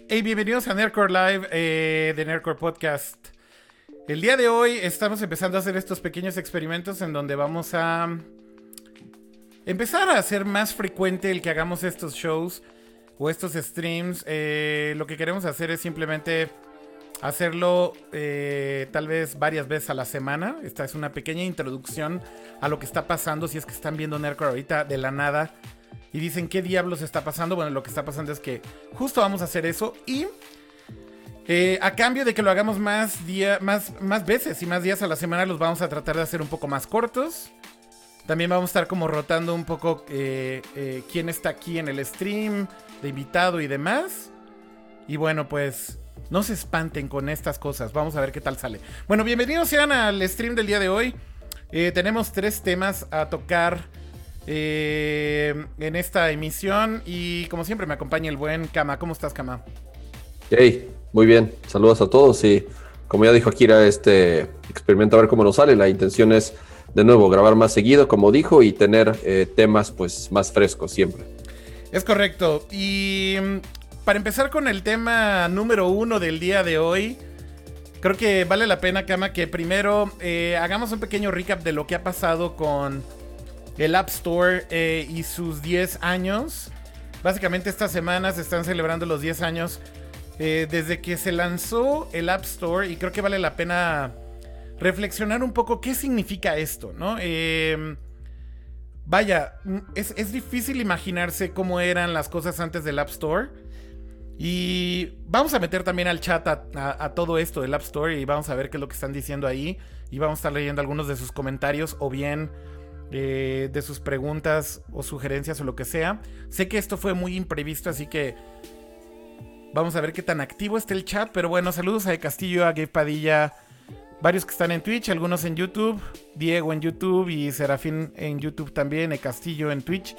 Hey, bienvenidos a Nerdcore Live de Nerdcore Podcast. El día de hoy estamos empezando a hacer estos pequeños experimentos en donde vamos a empezar a hacer más frecuente el que hagamos estos shows o estos streams. Lo que queremos hacer es simplemente hacerlo tal vez varias veces a la semana. Esta es una pequeña introducción a lo que está pasando. Si es que están viendo Nerdcore ahorita de la nada y dicen qué diablos está pasando, bueno, lo que está pasando es que justo vamos a hacer eso y a cambio de que lo hagamos más veces y más días a la semana, los vamos a tratar de hacer un poco más cortos. También vamos a estar como rotando un poco quién está aquí en el stream, de invitado y demás. Y bueno, pues no se espanten con estas cosas, vamos a ver qué tal sale. Bueno, bienvenidos sean al stream del día de hoy. Tenemos 3 temas a tocar en esta emisión y como siempre me acompaña el buen Kama. ¿Cómo estás, Kama? Hey, muy bien, saludos a todos y como ya dijo Akira, este experimento a ver cómo nos sale. La intención es de nuevo grabar más seguido, como dijo, y tener temas pues más frescos siempre. Es correcto. Y para empezar con el tema número 1 del día de hoy, creo que vale la pena, Kama, que primero hagamos un pequeño recap de lo que ha pasado con el App Store y sus 10 años. Básicamente esta semana se están celebrando los 10 años desde que se lanzó el App Store, y creo que vale la pena reflexionar un poco qué significa esto, ¿no? Vaya, es difícil imaginarse cómo eran las cosas antes del App Store. Y vamos a meter también al chat a todo esto del App Store y vamos a ver qué es lo que están diciendo ahí. Y vamos a estar leyendo algunos de sus comentarios o bien de sus preguntas o sugerencias o lo que sea. Sé que esto fue muy imprevisto, así que vamos a ver qué tan activo está el chat. Pero bueno, saludos a De Castillo, a Gabe Padilla, varios que están en Twitch, algunos en YouTube, Diego en YouTube y Serafín en YouTube también, De Castillo en Twitch.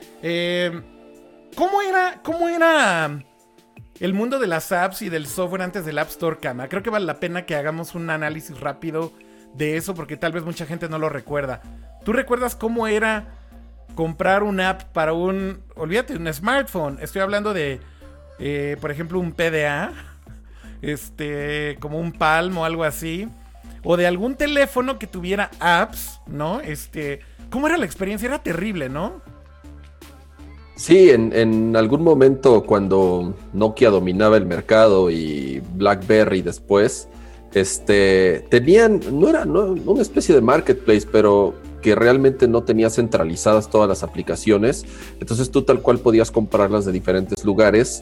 ¿Cómo era el mundo de las apps y del software antes del App Store, Kama? Creo que vale la pena que hagamos un análisis rápido de eso porque tal vez mucha gente no lo recuerda. ¿Tú recuerdas cómo era comprar una app para olvídate, un smartphone? Estoy hablando de, por ejemplo, un PDA, como un Palm o algo así, o de algún teléfono que tuviera apps, ¿no? ¿Cómo era la experiencia? Era terrible, ¿no? Sí, en algún momento cuando Nokia dominaba el mercado y BlackBerry después, tenían, no era una especie de marketplace, pero que realmente no tenía centralizadas todas las aplicaciones. Entonces tú tal cual podías comprarlas de diferentes lugares,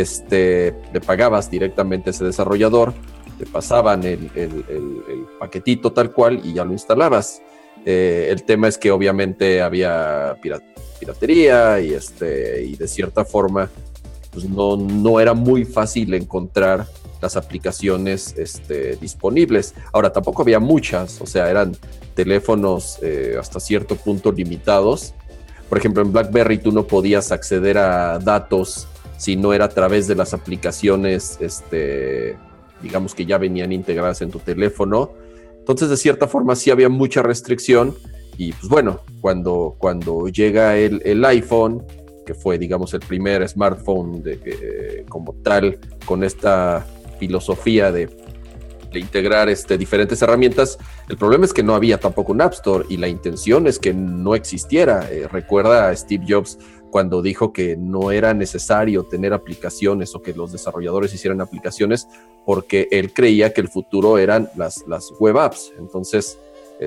le pagabas directamente a ese desarrollador, te pasaban el paquetito tal cual y ya lo instalabas. El tema es que obviamente había piratería y de cierta forma pues no era muy fácil encontrar las aplicaciones disponibles. Ahora tampoco había muchas, o sea, eran teléfonos hasta cierto punto limitados. Por ejemplo, en BlackBerry tú no podías acceder a datos si no era a través de las aplicaciones digamos que ya venían integradas en tu teléfono. Entonces, de cierta forma, sí había mucha restricción. Y pues bueno, cuando llega el iPhone, que fue, digamos, el primer smartphone como tal, con esta filosofía de integrar diferentes herramientas, el problema es que no había tampoco un App Store y la intención es que no existiera. Recuerda a Steve Jobs cuando dijo que no era necesario tener aplicaciones o que los desarrolladores hicieran aplicaciones porque él creía que el futuro eran las web apps. Entonces,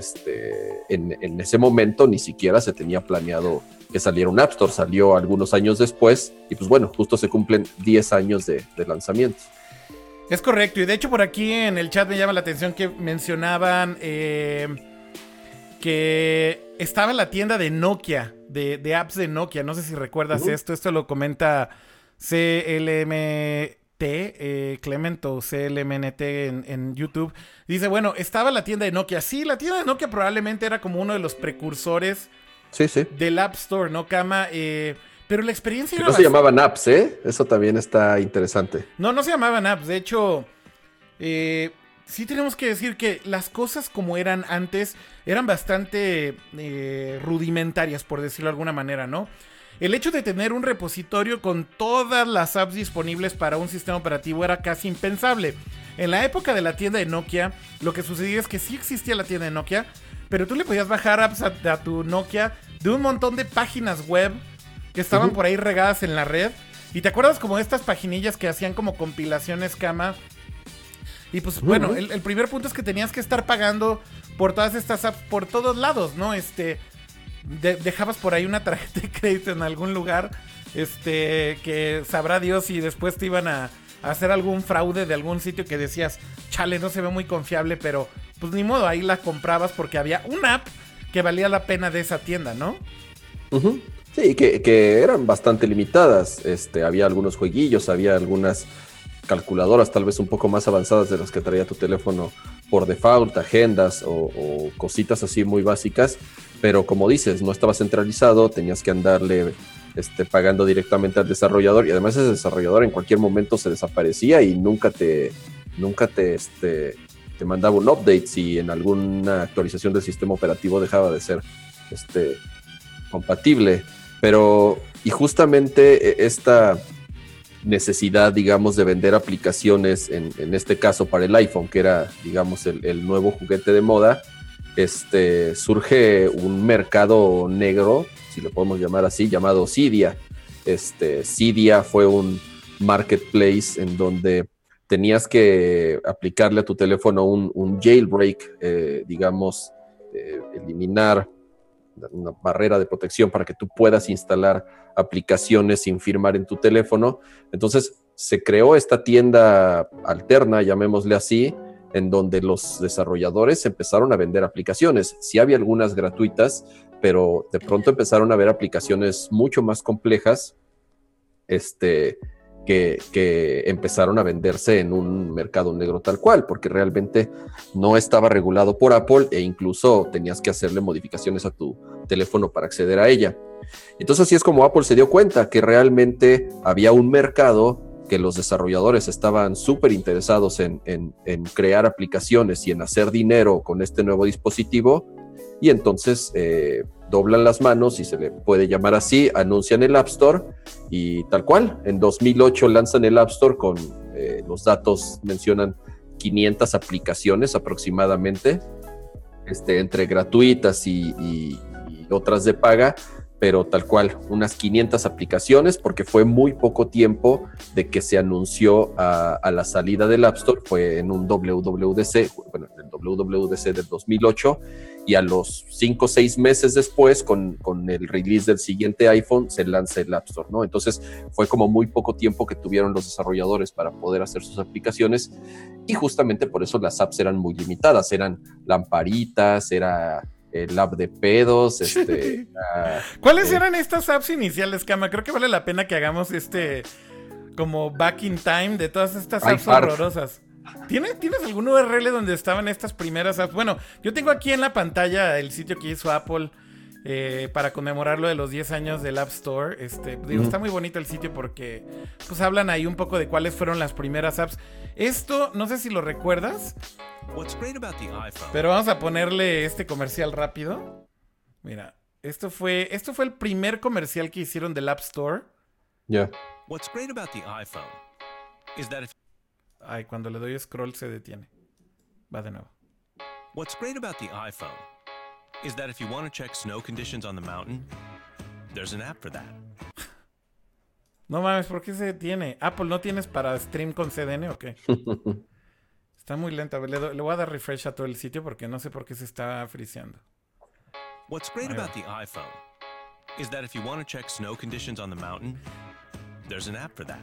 en ese momento ni siquiera se tenía planeado que saliera un App Store. Salió algunos años después y pues bueno, justo se cumplen 10 años de lanzamiento. Es correcto, y de hecho por aquí en el chat me llama la atención que mencionaban que estaba la tienda de Nokia, de apps de Nokia. No sé si recuerdas esto lo comenta CLMT, Clemento CLMNT en YouTube. Dice, bueno, estaba la tienda de Nokia. Sí, la tienda de Nokia probablemente era como uno de los precursores del App Store, ¿no, Kama? Pero la experiencia era... No se llamaban apps, ¿eh? Eso también está interesante. No se llamaban apps. De hecho, sí tenemos que decir que las cosas como eran antes eran bastante rudimentarias, por decirlo de alguna manera, ¿no? El hecho de tener un repositorio con todas las apps disponibles para un sistema operativo era casi impensable. En la época de la tienda de Nokia, lo que sucedía es que sí existía la tienda de Nokia, pero tú le podías bajar apps a tu Nokia de un montón de páginas web que estaban por ahí regadas en la red. Y te acuerdas como de estas paginillas que hacían como compilaciones, Kama. Y pues bueno, el primer punto es que tenías que estar pagando por todas estas apps por todos lados, ¿no? Dejabas por ahí una tarjeta de crédito en algún lugar, que sabrá Dios si después te iban a hacer algún fraude de algún sitio que decías, chale, no se ve muy confiable, pero pues ni modo, ahí la comprabas porque había una app que valía la pena de esa tienda, ¿no? Sí, que eran bastante limitadas. Había algunos jueguillos, había algunas calculadoras tal vez un poco más avanzadas de las que traía tu teléfono por default, agendas o cositas así muy básicas, pero como dices, no estaba centralizado, tenías que andarle pagando directamente al desarrollador, y además ese desarrollador en cualquier momento se desaparecía y nunca te mandaba un update si en alguna actualización del sistema operativo dejaba de ser compatible. Pero, y justamente esta necesidad, digamos, de vender aplicaciones, en este caso para el iPhone, que era, digamos, el nuevo juguete de moda, surge un mercado negro, si le podemos llamar así, llamado Cydia. Cydia fue un marketplace en donde tenías que aplicarle a tu teléfono un jailbreak, digamos, eliminar una barrera de protección para que tú puedas instalar aplicaciones sin firmar en tu teléfono. Entonces se creó esta tienda alterna, llamémosle así, en donde los desarrolladores empezaron a vender aplicaciones. Sí había algunas gratuitas, pero de pronto empezaron a ver aplicaciones mucho más complejas, que empezaron a venderse en un mercado negro tal cual, porque realmente no estaba regulado por Apple e incluso tenías que hacerle modificaciones a tu teléfono para acceder a ella. Entonces así es como Apple se dio cuenta que realmente había un mercado, que los desarrolladores estaban súper interesados en crear aplicaciones y en hacer dinero con este nuevo dispositivo, y entonces doblan las manos, si se le puede llamar así, anuncian el App Store y tal cual. En 2008 lanzan el App Store con, los datos mencionan 500 aplicaciones aproximadamente, entre gratuitas y otras de paga, pero tal cual, unas 500 aplicaciones, porque fue muy poco tiempo de que se anunció a la salida del App Store. Fue en un WWDC, bueno, en el WWDC del 2008, y a los 5 o 6 meses después, con el release del siguiente iPhone, se lanza el App Store, ¿no? Entonces fue como muy poco tiempo que tuvieron los desarrolladores para poder hacer sus aplicaciones, y justamente por eso las apps eran muy limitadas, eran lamparitas, era el app de pedos, ¿Cuáles eran estas apps iniciales, Kama? Creo que vale la pena que hagamos como back in time de todas estas apps horrorosas. ¿Tienes algún URL donde estaban estas primeras apps? Bueno, yo tengo aquí en la pantalla el sitio que hizo Apple para conmemorar lo de los 10 años del App Store. Está muy bonito el sitio porque pues hablan ahí un poco de cuáles fueron las primeras apps. Esto, no sé si lo recuerdas, pero vamos a ponerle este comercial rápido. Mira, esto fue el primer comercial que hicieron del App Store. Ya. What's great about the iPhone is that Ay, cuando le doy scroll se detiene. Va de nuevo. What's great about the iPhone is that if you want to check snow conditions on the mountain, there's an app for that. No mames, ¿por qué se detiene? Apple, ¿no tienes para stream con CDN o qué? Está muy lento. A ver, le voy a dar refresh a todo el sitio porque no sé por qué se está friseando. What's great about the iPhone is that if you want to check snow conditions on the mountain, there's an app for that.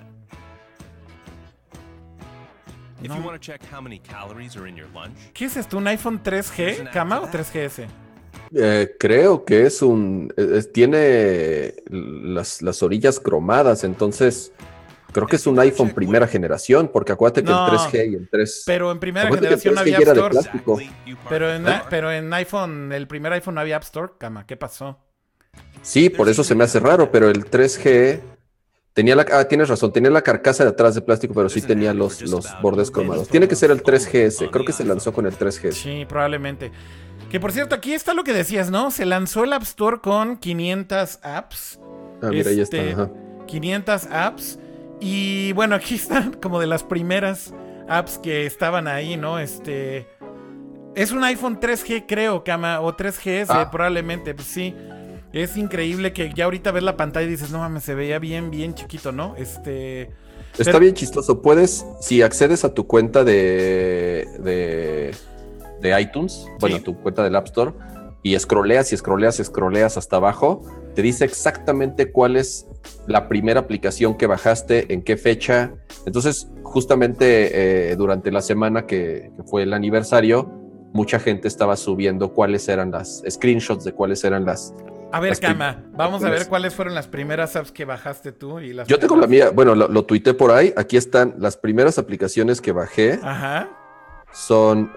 If you want to check how many calories are in your lunch. ¿Qué es esto? ¿Un iPhone 3G, Kama, o 3GS? Creo que es tiene las orillas cromadas, entonces creo que es un iPhone primera generación, porque acuérdate que el 3G y el 3... Pero en primera generación no había App Store. Pero en iPhone, el primer iPhone no había App Store, Kama, ¿qué pasó? Sí, por eso se me hace raro, pero el 3G Tienes razón, tenía la carcasa de atrás de plástico, pero sí tenía los bordes cromados. Tiene que ser el 3GS, creo que se lanzó con el 3GS. Sí, probablemente. Que por cierto, aquí está lo que decías, ¿no? Se lanzó el App Store con 500 apps. Mira, ahí está. Ajá. 500 apps. Y bueno, aquí están como de las primeras apps que estaban ahí, ¿no? Es un iPhone 3G, creo, Kama, o 3GS, probablemente, pues sí. Es increíble que ya ahorita ves la pantalla y dices, no mames, se veía bien, bien chiquito, ¿no? Está bien chistoso. Puedes, si accedes a tu cuenta de iTunes, bueno, tu cuenta del App Store, y scrolleas hasta abajo, te dice exactamente cuál es la primera aplicación que bajaste, en qué fecha. Entonces, justamente durante la semana que fue el aniversario, mucha gente estaba subiendo cuáles eran las screenshots de cuáles eran las... A ver, Kama, vamos a ver cuáles fueron las primeras apps que bajaste tú. Yo tengo la mía, bueno, lo tuiteé por ahí. Aquí están las primeras aplicaciones que bajé. Ajá. Son...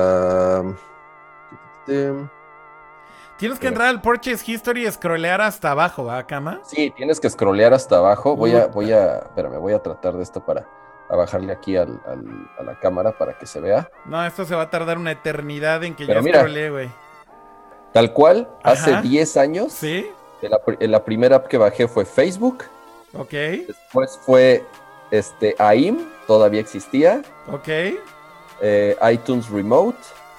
Tienes que entrar al Purchase History y scrollear hasta abajo, ¿va, Kama? Sí, tienes que scrollear hasta abajo. Voy a tratar de esto para bajarle aquí a la cámara para que se vea. No, esto se va a tardar una eternidad en que pero yo mira, scrollee, güey. Tal cual, Ajá. hace 10 años, ¿sí? La primera app que bajé fue Facebook. Ok. Después fue AIM, todavía existía. Ok. iTunes Remote.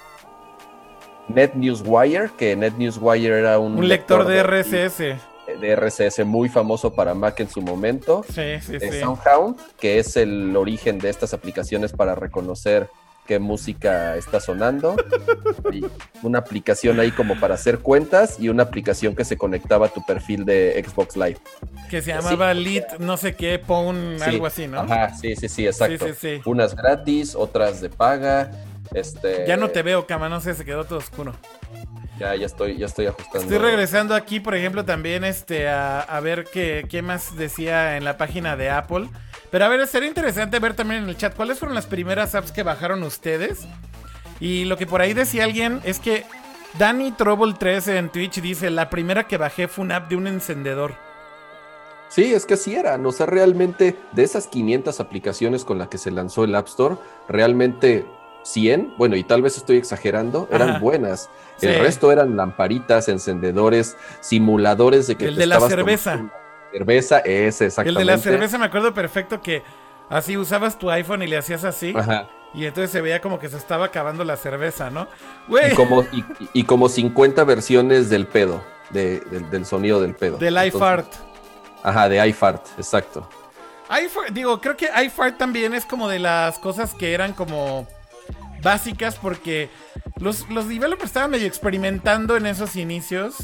NetNewsWire, que NetNewsWire era un lector de RSS. De RSS muy famoso para Mac en su momento. Sí. SoundHound, que es el origen de estas aplicaciones para reconocer qué música está sonando. Y una aplicación ahí como para hacer cuentas y una aplicación que se conectaba a tu perfil de Xbox Live. Que se llamaba Lit, no sé qué, Pwn, sí, algo así, ¿no? Ajá, sí, exacto. Sí. Unas gratis, otras de paga. Ya no te veo, Kama, no sé, se quedó todo oscuro. Ya estoy ajustando. Estoy regresando aquí, por ejemplo, también a ver qué más decía en la página de Apple. Pero a ver, sería interesante ver también en el chat cuáles fueron las primeras apps que bajaron ustedes. Y lo que por ahí decía alguien es que Danny Trouble 13 en Twitch dice, la primera que bajé fue una app de un encendedor. Sí, es que así eran. O sea, realmente de esas 500 aplicaciones con las que se lanzó el App Store, realmente 100, bueno, y tal vez estoy exagerando, eran buenas. Sí. El resto eran lamparitas, encendedores, simuladores de que el de la cerveza. Cerveza, ese, exactamente. El de la cerveza me acuerdo perfecto que así usabas tu iPhone y le hacías así. Ajá. Y entonces se veía como que se estaba acabando la cerveza, ¿no? Güey. Y como 50 versiones del pedo, del sonido del pedo. Del iFart. Ajá, de iFart, exacto. Creo que iFart también es como de las cosas que eran como básicas porque los developers estaban medio experimentando en esos inicios.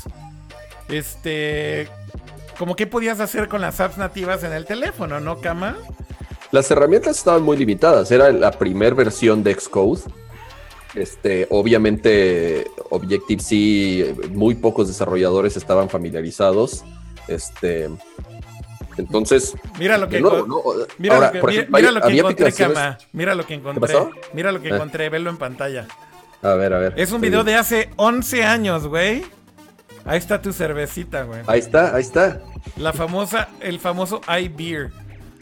Como qué podías hacer con las apps nativas en el teléfono, ¿no, Kama? Las herramientas estaban muy limitadas. Era la primera versión de Xcode. Obviamente, Objective-C, muy pocos desarrolladores estaban familiarizados. Entonces, mira lo que encontré, Kama. Mira lo que encontré. ¿Qué pasó? Mira lo que encontré, velo en pantalla. A ver. Es un video de hace 11 años, güey. Ahí está tu cervecita, güey. Ahí está. El famoso iBeer.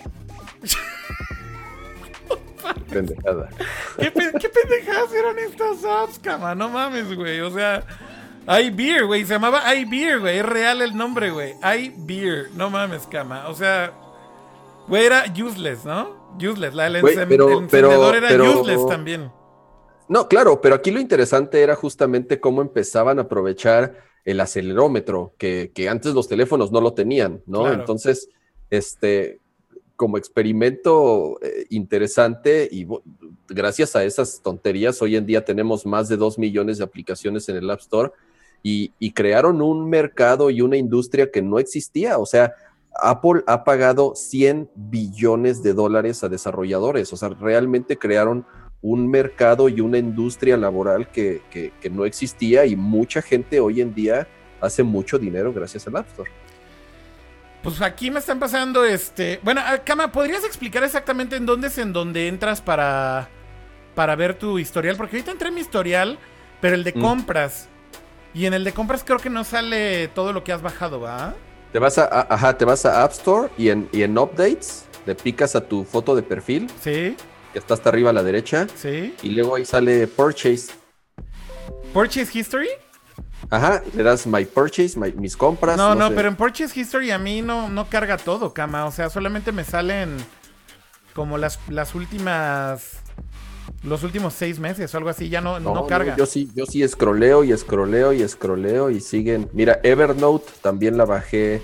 Pendejada. ¿Qué pendejadas eran estas apps, Kama? No mames, güey. O sea, iBeer, güey. Se llamaba iBeer, güey. Es real el nombre, güey. iBeer. No mames, Kama. O sea, güey, era useless, ¿no? Useless. El encendedor era useless también. No, claro, pero aquí lo interesante era justamente cómo empezaban a aprovechar el acelerómetro, que antes los teléfonos no lo tenían, ¿no? Claro. Entonces, como experimento interesante y gracias a esas tonterías, hoy en día tenemos más de 2 millones de aplicaciones en el App Store y crearon un mercado y una industria que no existía. O sea, Apple ha pagado $100 billones a desarrolladores. O sea, realmente crearon un mercado y una industria laboral que no existía y mucha gente hoy en día hace mucho dinero gracias al App Store. Pues aquí me están pasando Bueno, Kama, ¿podrías explicar exactamente en dónde es en donde entras para ver tu historial? Porque ahorita entré en mi historial, pero el de compras. Y en el de compras creo que no sale todo lo que has bajado, ¿va? Te vas te vas a App Store y en Updates le picas a tu foto de perfil. Sí. Que está hasta arriba a la derecha. Sí. Y luego ahí sale Purchase. ¿Purchase History? Ajá, le das My Purchase, mis compras. No, sé. pero en Purchase History a mí no carga todo, cama. O sea, solamente me salen como las últimas... Los últimos 6 meses o algo así, ya no carga. Yo sí scrolleo y siguen. Mira, Evernote también la bajé.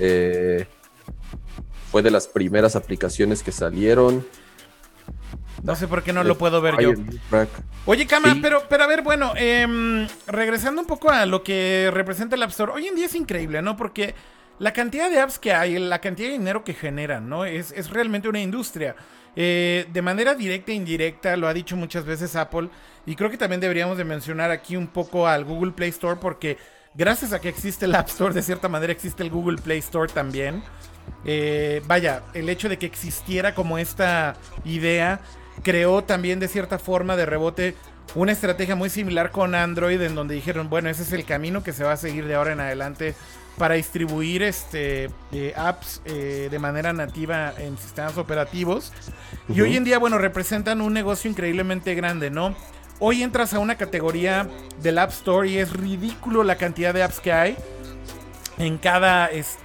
Fue de las primeras aplicaciones que salieron. No sé por qué no lo puedo ver yo. Oye, Cama, sí. pero a ver, bueno, regresando un poco a lo que representa el App Store, hoy en día es increíble, ¿no? Porque la cantidad de apps que hay, la cantidad de dinero que generan, ¿no? Es realmente una industria. De manera directa e indirecta, lo ha dicho muchas veces Apple, y creo que también deberíamos de mencionar aquí un poco al Google Play Store, porque gracias a que existe el App Store, de cierta manera existe el Google Play Store también. Vaya, el hecho de que existiera como esta idea creó también de cierta forma de rebote una estrategia muy similar con Android, en donde dijeron, bueno, ese es el camino que se va a seguir de ahora en adelante para distribuir apps de manera nativa en sistemas operativos. Y hoy en día, bueno, representan un negocio increíblemente grande, ¿no? Hoy entras a una categoría del App Store y es ridículo la cantidad de apps que hay en cada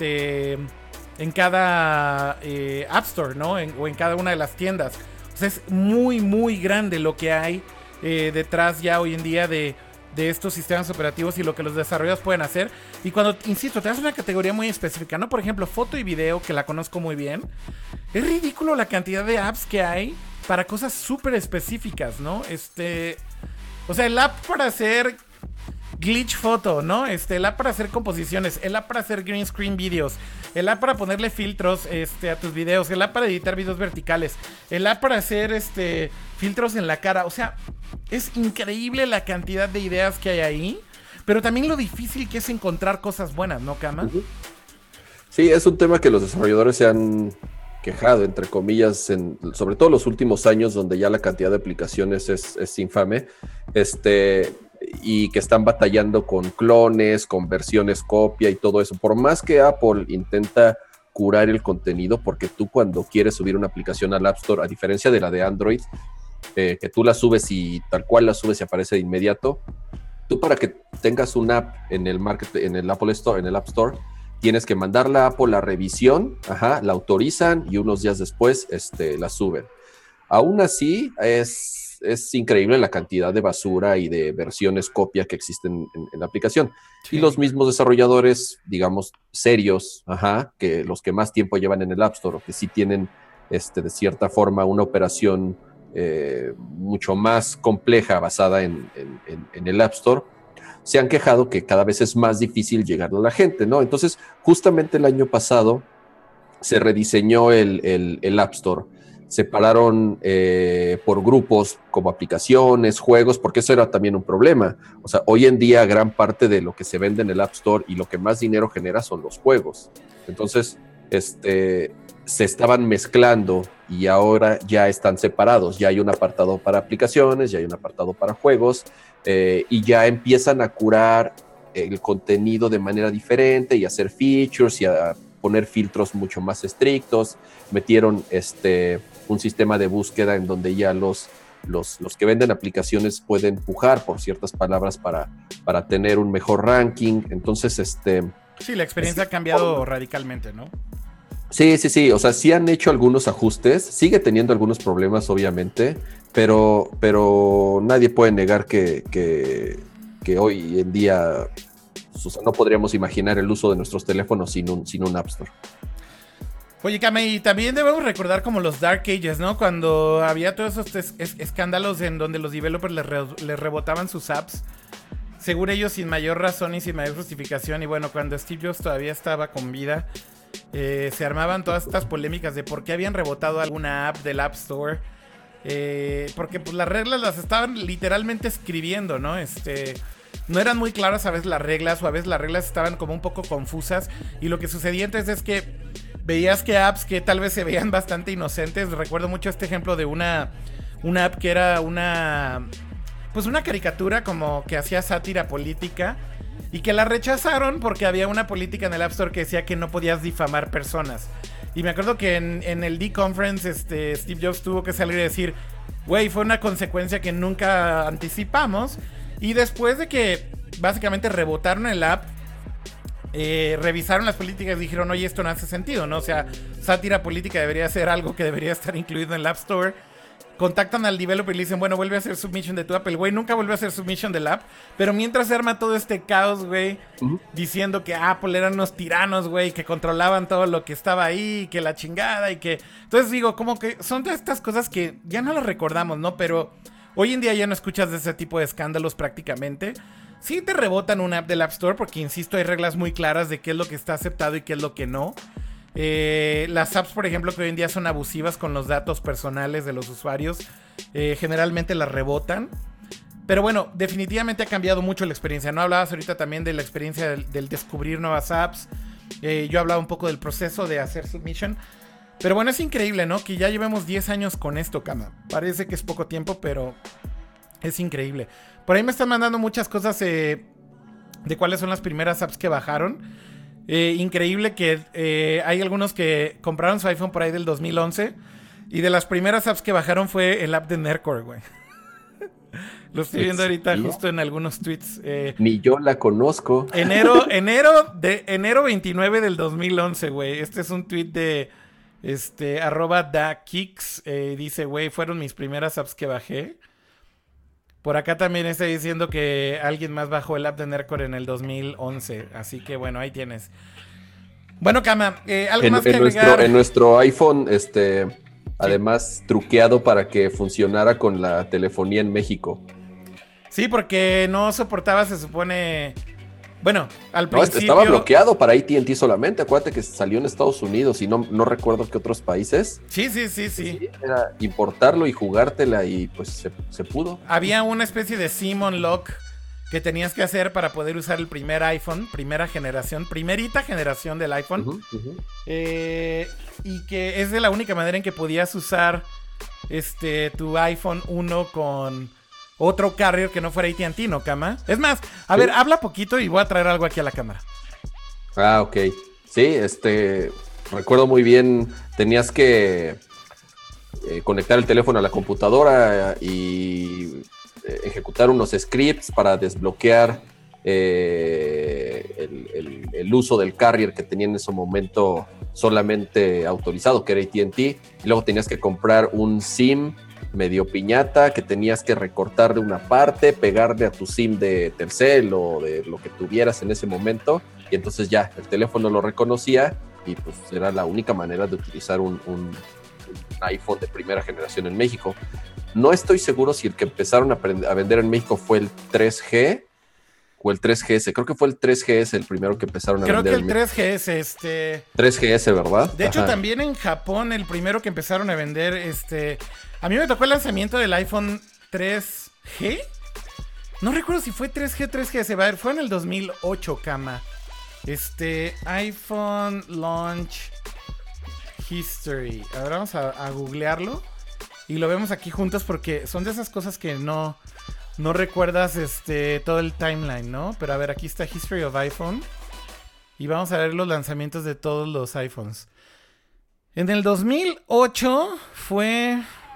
App Store, ¿no? O en cada una de las tiendas. O sea, es muy, muy grande lo que hay detrás ya hoy en día de estos sistemas operativos y lo que los desarrolladores pueden hacer. Y cuando, insisto, te das una categoría muy específica, ¿no? Por ejemplo, foto y video, que la conozco muy bien. Es ridículo la cantidad de apps que hay para cosas súper específicas, ¿no? O sea, el app para hacer glitch photo, ¿no? El app para hacer composiciones, el app para hacer green screen videos, el app para ponerle filtros a tus videos, el app para editar videos verticales, el app para hacer filtros en la cara. O sea, es increíble la cantidad de ideas que hay ahí, pero también lo difícil que es encontrar cosas buenas, ¿no, Cama? Sí, es un tema que los desarrolladores se han quejado, entre comillas, sobre todo los últimos años, donde ya la cantidad de aplicaciones es infame, y que están batallando con clones, con versiones copia y todo eso. Por más que Apple intenta curar el contenido, porque tú cuando quieres subir una aplicación al App Store, a diferencia de la de Android, que tú la subes y tal cual la subes y aparece de inmediato, tú para que tengas una app en el Apple Store, en el App Store, tienes que mandarla a Apple la revisión, la autorizan y unos días después la suben. Aún así, es increíble la cantidad de basura y de versiones copia que existen en la aplicación. Sí. Y los mismos desarrolladores, digamos, serios, que los que más tiempo llevan en el App Store, o que sí tienen, de cierta forma, una operación mucho más compleja basada en el App Store, se han quejado que cada vez es más difícil llegarle a la gente, ¿no? Entonces, justamente el año pasado se rediseñó el App Store. Separaron por grupos como aplicaciones, juegos, porque eso era también un problema. O sea, hoy en día gran parte de lo que se vende en el App Store y lo que más dinero genera son los juegos. Entonces, se estaban mezclando y ahora ya están separados. Ya hay un apartado para aplicaciones, ya hay un apartado para juegos, y ya empiezan a curar el contenido de manera diferente y hacer features y a poner filtros mucho más estrictos. Metieron un sistema de búsqueda en donde ya los que venden aplicaciones pueden pujar por ciertas palabras para tener un mejor ranking. Entonces, sí, la experiencia ha cambiado radicalmente, ¿no? Sí. O sea, sí han hecho algunos ajustes. Sigue teniendo algunos problemas, obviamente, pero nadie puede negar que hoy en día, o sea, no podríamos imaginar el uso de nuestros teléfonos sin un App Store. Oye, Kame, y también debemos recordar como los Dark Ages, ¿no? Cuando había todos esos escándalos en donde los developers les rebotaban sus apps, según ellos sin mayor razón y sin mayor justificación. Y bueno, cuando Steve Jobs todavía estaba con vida, se armaban todas estas polémicas de por qué habían rebotado alguna app del App Store. Porque pues las reglas las estaban literalmente escribiendo, ¿no? No eran muy claras a veces las reglas, o a veces las reglas estaban como un poco confusas. Y lo que sucedía entonces es que veías que apps que tal vez se veían bastante inocentes. Recuerdo mucho este ejemplo de una app que era una caricatura como que hacía sátira política. y que la rechazaron porque había una política en el App Store que decía que no podías difamar personas. Y me acuerdo que en el D-Conference Steve Jobs tuvo que salir y decir, güey, fue una consecuencia que nunca anticipamos. Y después de que básicamente rebotaron el app, revisaron las políticas y dijeron, oye, esto no hace sentido, ¿no? O sea, sátira política debería ser algo que debería estar incluido en el App Store. Contactan al developer y le dicen, bueno, vuelve a hacer submission de tu app. El güey nunca vuelve a hacer submission del app. Pero mientras se arma todo este caos, güey, diciendo que Apple eran unos tiranos, güey, que controlaban todo lo que estaba ahí, que la chingada y que... Entonces digo, como que son de estas cosas que ya no las recordamos, ¿no? Pero hoy en día ya no escuchas de ese tipo de escándalos prácticamente. Sí te rebotan una app del App Store porque, insisto, hay reglas muy claras de qué es lo que está aceptado y qué es lo que no. Las apps, por ejemplo, que hoy en día son abusivas con los datos personales de los usuarios, generalmente las rebotan. Pero bueno, definitivamente ha cambiado mucho la experiencia. No hablabas ahorita también de la experiencia del descubrir nuevas apps. Yo hablaba un poco del proceso de hacer submission. Pero bueno, es increíble, ¿no? Que ya llevemos 10 años con esto, Kama. Parece que es poco tiempo, pero es increíble. Por ahí me están mandando muchas cosas de cuáles son las primeras apps que bajaron. Increíble que hay algunos que compraron su iPhone por ahí del 2011 y de las primeras apps que bajaron fue el app de Nerdcore, güey. Lo estoy viendo ahorita justo en algunos tweets. Ni yo la conozco. Enero 29 del 2011, güey. Este es un tweet de @dakicks. Dice, güey, fueron mis primeras apps que bajé. Por acá también está diciendo que alguien más bajó el app de Nerdcore en el 2011. Así que bueno, ahí tienes. Bueno, Kama, algo más que agregar. En nuestro iPhone, además truqueado para que funcionara con la telefonía en México. Sí, porque no soportaba, se supone... Bueno, al principio... Estaba bloqueado para AT&T solamente. Acuérdate que salió en Estados Unidos y no recuerdo qué otros países. Sí. Era importarlo y jugártela y pues se pudo. Había una especie de SIM unlock que tenías que hacer para poder usar el primer iPhone, primerita generación del iPhone. Y que es de la única manera en que podías usar tu iPhone 1 con... otro carrier que no fuera AT&T, ¿no, Kama? Es más, a ver, habla poquito y voy a traer algo aquí a la cámara. Ah, ok. Sí, recuerdo muy bien, tenías que conectar el teléfono a la computadora y ejecutar unos scripts para desbloquear el uso del carrier que tenía en ese momento solamente autorizado, que era AT&T, y luego tenías que comprar un SIM medio piñata que tenías que recortar de una parte, pegarle a tu SIM de Telcel o de lo que tuvieras en ese momento, y entonces ya el teléfono lo reconocía y pues era la única manera de utilizar un iPhone de primera generación en México. No estoy seguro si el que empezaron a vender en México fue el 3G o el 3GS. Creo que fue el 3GS el primero que empezaron a vender. Creo que el 3GS, 3GS, ¿verdad? De hecho, también en Japón el primero que empezaron a vender, a mí me tocó el lanzamiento del iPhone 3G. No recuerdo si fue 3G o 3GS. A ver, fue en el 2008, Kama. iPhone Launch History. A ver, vamos a googlearlo. Y lo vemos aquí juntos porque son de esas cosas que no recuerdas todo el timeline, ¿no? Pero a ver, aquí está History of iPhone. Y vamos a ver los lanzamientos de todos los iPhones. En el 2008 fue...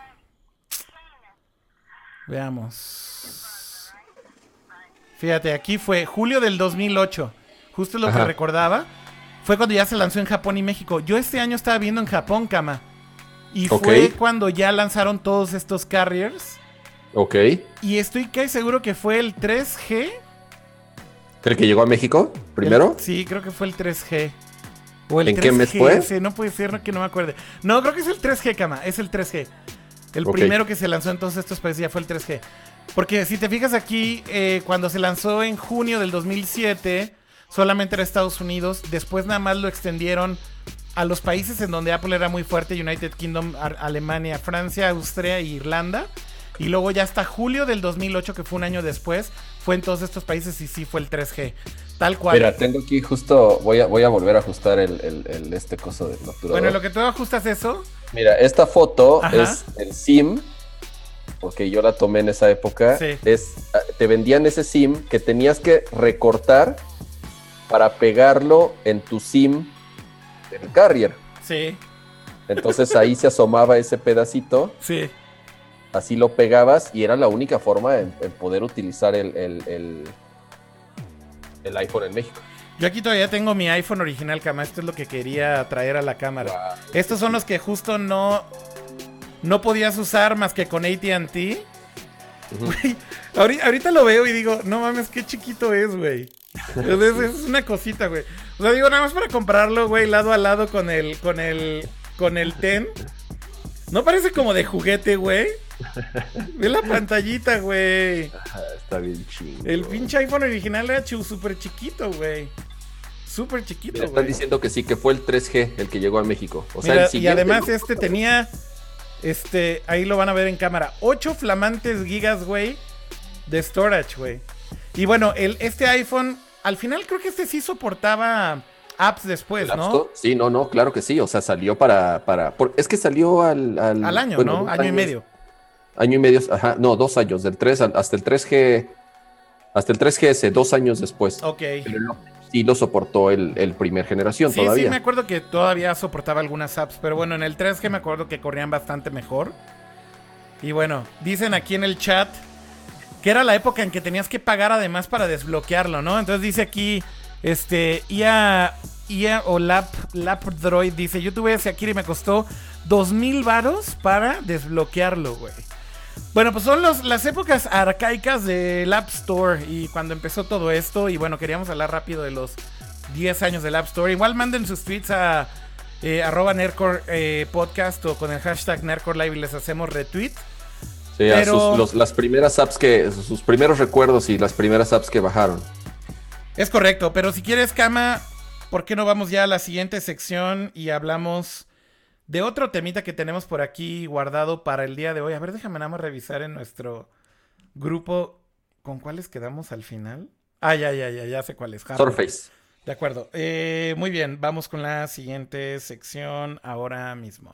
Veamos. Fíjate, aquí fue julio del 2008. Justo lo que recordaba. Fue cuando ya se lanzó en Japón y México. Yo este año estaba viendo en Japón, Kama. Y fue cuando ya lanzaron todos estos carriers. Ok. Y estoy casi seguro que fue el 3G. ¿El que llegó a México primero? Sí, creo que fue el 3G. O el ¿En 3G, qué mes fue? No puede ser, que no me acuerde. No, creo que es el 3G, Kama. Es el 3G. El primero que se lanzó en todos estos países ya fue el 3G. Porque si te fijas aquí, cuando se lanzó en junio del 2007, solamente era Estados Unidos. Después nada más lo extendieron a los países en donde Apple era muy fuerte: United Kingdom, Alemania, Francia, Austria e Irlanda. Y luego ya hasta julio del 2008, que fue un año después, fue en todos estos países y sí fue el 3G. Tal cual. Mira, tengo aquí justo, voy a volver a ajustar este coso del obturador. Bueno, en lo que tú ajustas eso. Mira, esta foto es el SIM, porque yo la tomé en esa época. Sí. te vendían ese SIM que tenías que recortar para pegarlo en tu SIM del carrier. Sí. Entonces ahí se asomaba ese pedacito. Sí. Así lo pegabas y era la única forma en poder utilizar el iPhone en México. Yo aquí todavía tengo mi iPhone original, Cama. Esto es lo que quería traer a la cámara. Wow. Estos son los que justo no podías usar más que con AT&T. Uh-huh. Güey, ahorita lo veo y digo, no mames, qué chiquito es, güey. Es una cosita, güey. O sea, digo, nada más para comprarlo, güey, lado a lado con el Ten. ¿No parece como de juguete, güey? Ve la pantallita, güey. Está bien chido. El pinche iPhone original era súper chiquito, güey. Súper chiquito, güey. Están diciendo que sí, que fue el 3G el que llegó a México. O sea, mira, el siguiente, y además ¿no? tenía, ahí lo van a ver en cámara, 8 flamantes gigas, güey, de storage, güey. Y bueno, este iPhone, al final creo que sí soportaba apps después, ¿no? Store? Sí, no, claro que sí. O sea, salió es que salió al año, bueno, ¿no? Año y medio. Año y medio, ajá, no, 2 años, del 3 hasta el 3G, hasta el 3GS, 2 años después. Ok. Pero sí lo soportó el primer generación todavía. Sí, me acuerdo que todavía soportaba algunas apps, pero bueno, en el 3G me acuerdo que corrían bastante mejor. Y bueno, dicen aquí en el chat que era la época en que tenías que pagar además para desbloquearlo, ¿no? Entonces dice aquí, IA o Lapdroid dice, yo tuve ese Akira y me costó 2,000 varos para desbloquearlo, güey. Bueno, pues son las épocas arcaicas del App Store y cuando empezó todo esto. Y bueno, queríamos hablar rápido de los 10 años del App Store. Igual manden sus tweets a @Nerdcore podcast o con el hashtag Nerdcore Live y les hacemos retweet. Sí, pero las primeras apps sus primeros recuerdos y las primeras apps que bajaron. Es correcto, pero si quieres, Cama, ¿por qué no vamos ya a la siguiente sección y hablamos de otro temita que tenemos por aquí guardado para el día de hoy? A ver, déjame nada más revisar en nuestro grupo con cuáles quedamos al final. Ya sé cuáles. Surface. De acuerdo. Muy bien, vamos con la siguiente sección ahora mismo.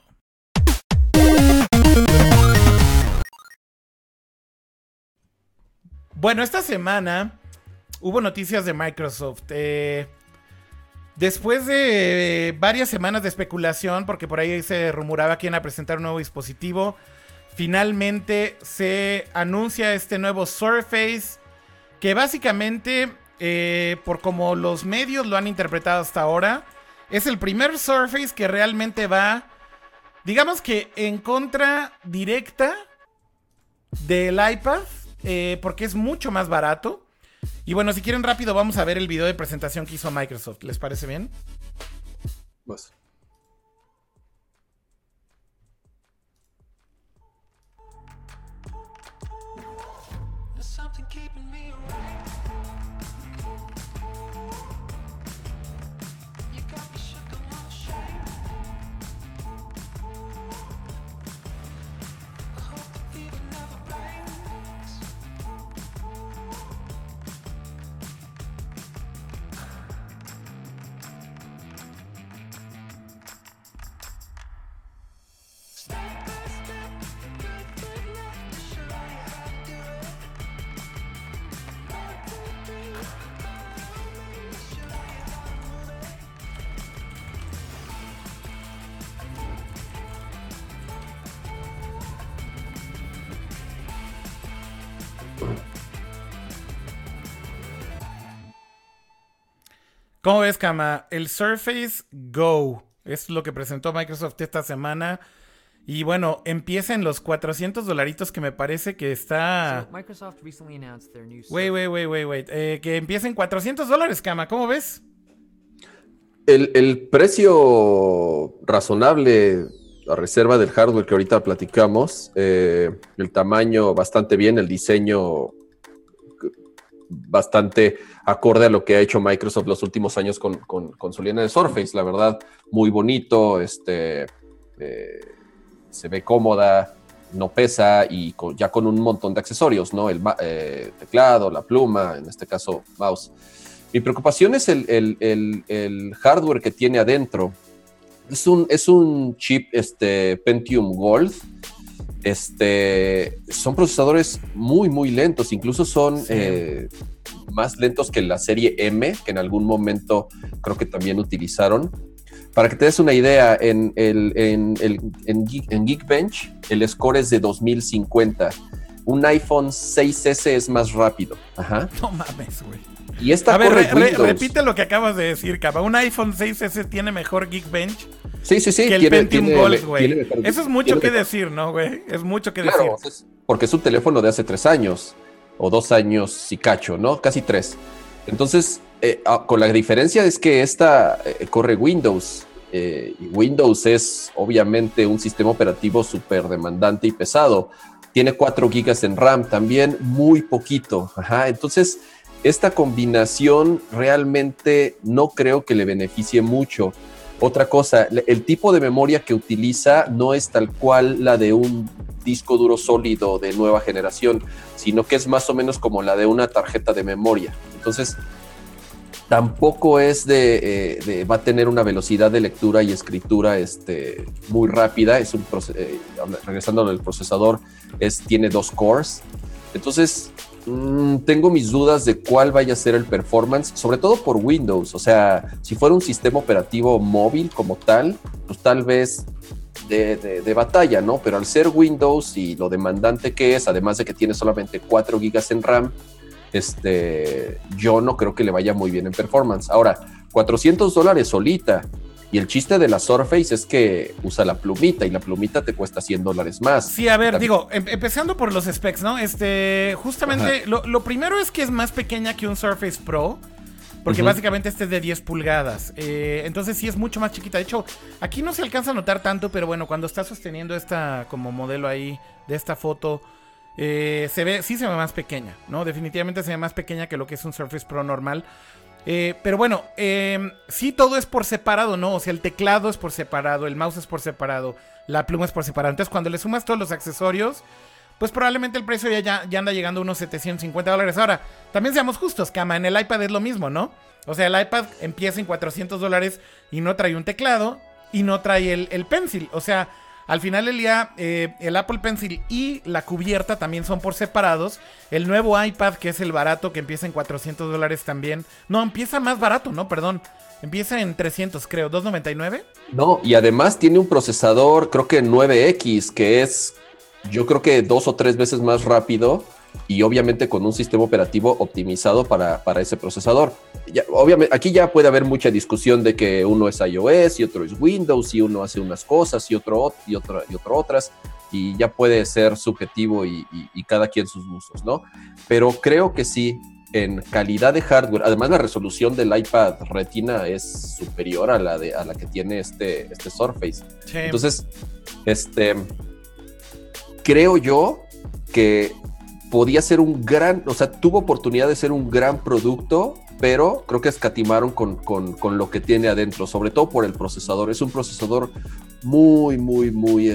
Bueno, esta semana hubo noticias de Microsoft. Después de varias semanas de especulación, porque por ahí se rumoraba que iban a presentar un nuevo dispositivo, finalmente se anuncia este nuevo Surface, que básicamente, por como los medios lo han interpretado hasta ahora, es el primer Surface que realmente va, digamos que en contra directa del iPad, porque es mucho más barato. Y bueno, si quieren rápido vamos a ver el video de presentación que hizo Microsoft. ¿Les parece bien? Pues. ¿Cómo ves, Cama? El Surface Go es lo que presentó Microsoft esta semana. Y bueno, empieza en los $400 que me parece que está... Microsoft recently announced their new Wait. Que empieza en $400, Cama. ¿Cómo ves? El precio razonable a reserva del hardware que ahorita platicamos, el tamaño bastante bien, el diseño bastante acorde a lo que ha hecho Microsoft los últimos años con su línea de Surface, la verdad, muy bonito, se ve cómoda, no pesa y ya con un montón de accesorios, ¿no? El teclado, la pluma, en este caso mouse. Mi preocupación es el hardware que tiene adentro. Es un chip Pentium Gold son procesadores muy, muy lentos, incluso son más lentos que la serie M, que en algún momento creo que también utilizaron. Para que te des una idea, en Geekbench el score es de 2050. Un iPhone 6S es más rápido. Ajá. No mames, güey. Y esta a ver, Windows. repite lo que acabas de decir, Cava. Un iPhone 6S tiene mejor Geekbench Sí. que el Pentium Gold, güey. Eso es mucho que decir, ¿no, güey? Es mucho que decir. Claro, porque es un teléfono de hace 3 años, o 2 años y cacho, ¿no? Casi 3. Entonces, con la diferencia es que esta corre Windows. Y Windows es obviamente un sistema operativo súper demandante y pesado. Tiene 4 GB en RAM, también muy poquito. Ajá. Entonces, esta combinación realmente no creo que le beneficie mucho. Otra cosa, el tipo de memoria que utiliza no es tal cual la de un disco duro sólido de nueva generación, sino que es más o menos como la de una tarjeta de memoria. Entonces, tampoco es va a tener una velocidad de lectura y escritura muy rápida. Es regresando al procesador, tiene 2 cores. Entonces, tengo mis dudas de cuál vaya a ser el performance, sobre todo por Windows. O sea, si fuera un sistema operativo móvil como tal, pues tal vez de batalla, ¿no? Pero al ser Windows y lo demandante que es, además de que tiene solamente 4 GB en RAM, yo no creo que le vaya muy bien en performance. Ahora, $400 solita. Y el chiste de la Surface es que usa la plumita y la plumita te cuesta $100 más. Sí, a ver, digo, empezando por los specs, ¿no? Justamente, lo primero es que es más pequeña que un Surface Pro, porque básicamente es de 10 pulgadas. Entonces sí es mucho más chiquita. De hecho, aquí no se alcanza a notar tanto, pero bueno, cuando está sosteniendo esta como modelo ahí de esta foto, sí se ve más pequeña, ¿no? Definitivamente se ve más pequeña que lo que es un Surface Pro normal. Pero bueno, sí, todo es por separado, ¿no? O sea, el teclado es por separado, el mouse es por separado, la pluma es por separado. Entonces, cuando le sumas todos los accesorios, pues probablemente el precio ya anda llegando a unos $750. Ahora, también seamos justos, Cama, en el iPad es lo mismo, ¿no? O sea, el iPad empieza en $400 y no trae un teclado y no trae el Pencil. O sea, al final del día, el Apple Pencil y la cubierta también son por separados. El nuevo iPad, que es el barato, que empieza en $400 también. No, empieza más barato, ¿no? Perdón. Empieza en 300, creo. ¿299? No, y además tiene un procesador, creo que 9X, que es, yo creo que 2 o 3 veces más rápido. Y obviamente con un sistema operativo optimizado para ese procesador. Obviamente, aquí ya puede haber mucha discusión de que uno es iOS y otro es Windows, y uno hace unas cosas y otro otras, y ya puede ser subjetivo y cada quien sus gustos, ¿no? Pero creo que sí, en calidad de hardware, además la resolución del iPad Retina es superior a la que tiene este Surface. Sí. Entonces, creo yo que podía ser tuvo oportunidad de ser un gran producto, pero creo que escatimaron con lo que tiene adentro, sobre todo por el procesador. Es un procesador muy, muy, muy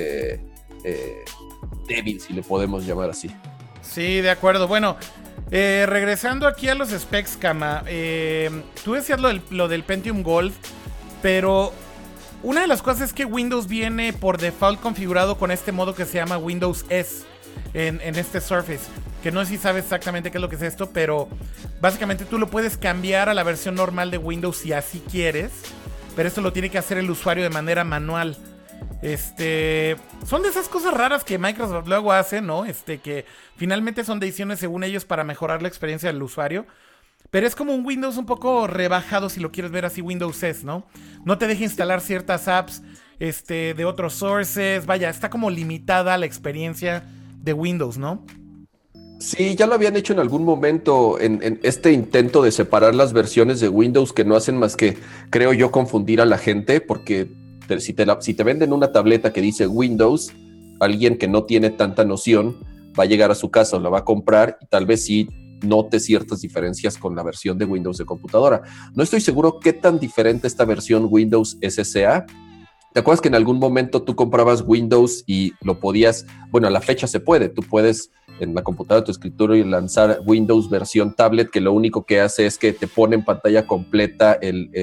débil, si le podemos llamar así. Sí, de acuerdo. Bueno, regresando aquí a los specs, Cama, tú decías lo del Pentium Gold, pero una de las cosas es que Windows viene por default configurado con este modo que se llama Windows S. En este Surface, que no sé si sabes exactamente qué es lo que es esto, pero básicamente tú lo puedes cambiar a la versión normal de Windows si así quieres, pero esto lo tiene que hacer el usuario de manera manual. Son de esas cosas raras que Microsoft luego hace, ¿no? Que finalmente son decisiones según ellos para mejorar la experiencia del usuario. Pero es como un Windows un poco rebajado, si lo quieres ver así, Windows S, ¿no? No te deja instalar ciertas apps de otros sources. Vaya, está como limitada la experiencia de Windows, ¿no? Sí, ya lo habían hecho en algún momento en este intento de separar las versiones de Windows, que no hacen más que, creo yo, confundir a la gente, porque si te venden una tableta que dice Windows, alguien que no tiene tanta noción va a llegar a su casa o la va a comprar y tal vez sí note ciertas diferencias con la versión de Windows de computadora. No estoy seguro qué tan diferente esta versión Windows SSA, ¿Te acuerdas que en algún momento tú comprabas Windows y lo podías, bueno, a la fecha se puede, tú puedes en la computadora de tu escritorio y lanzar Windows versión tablet, que lo único que hace es que te pone en pantalla completa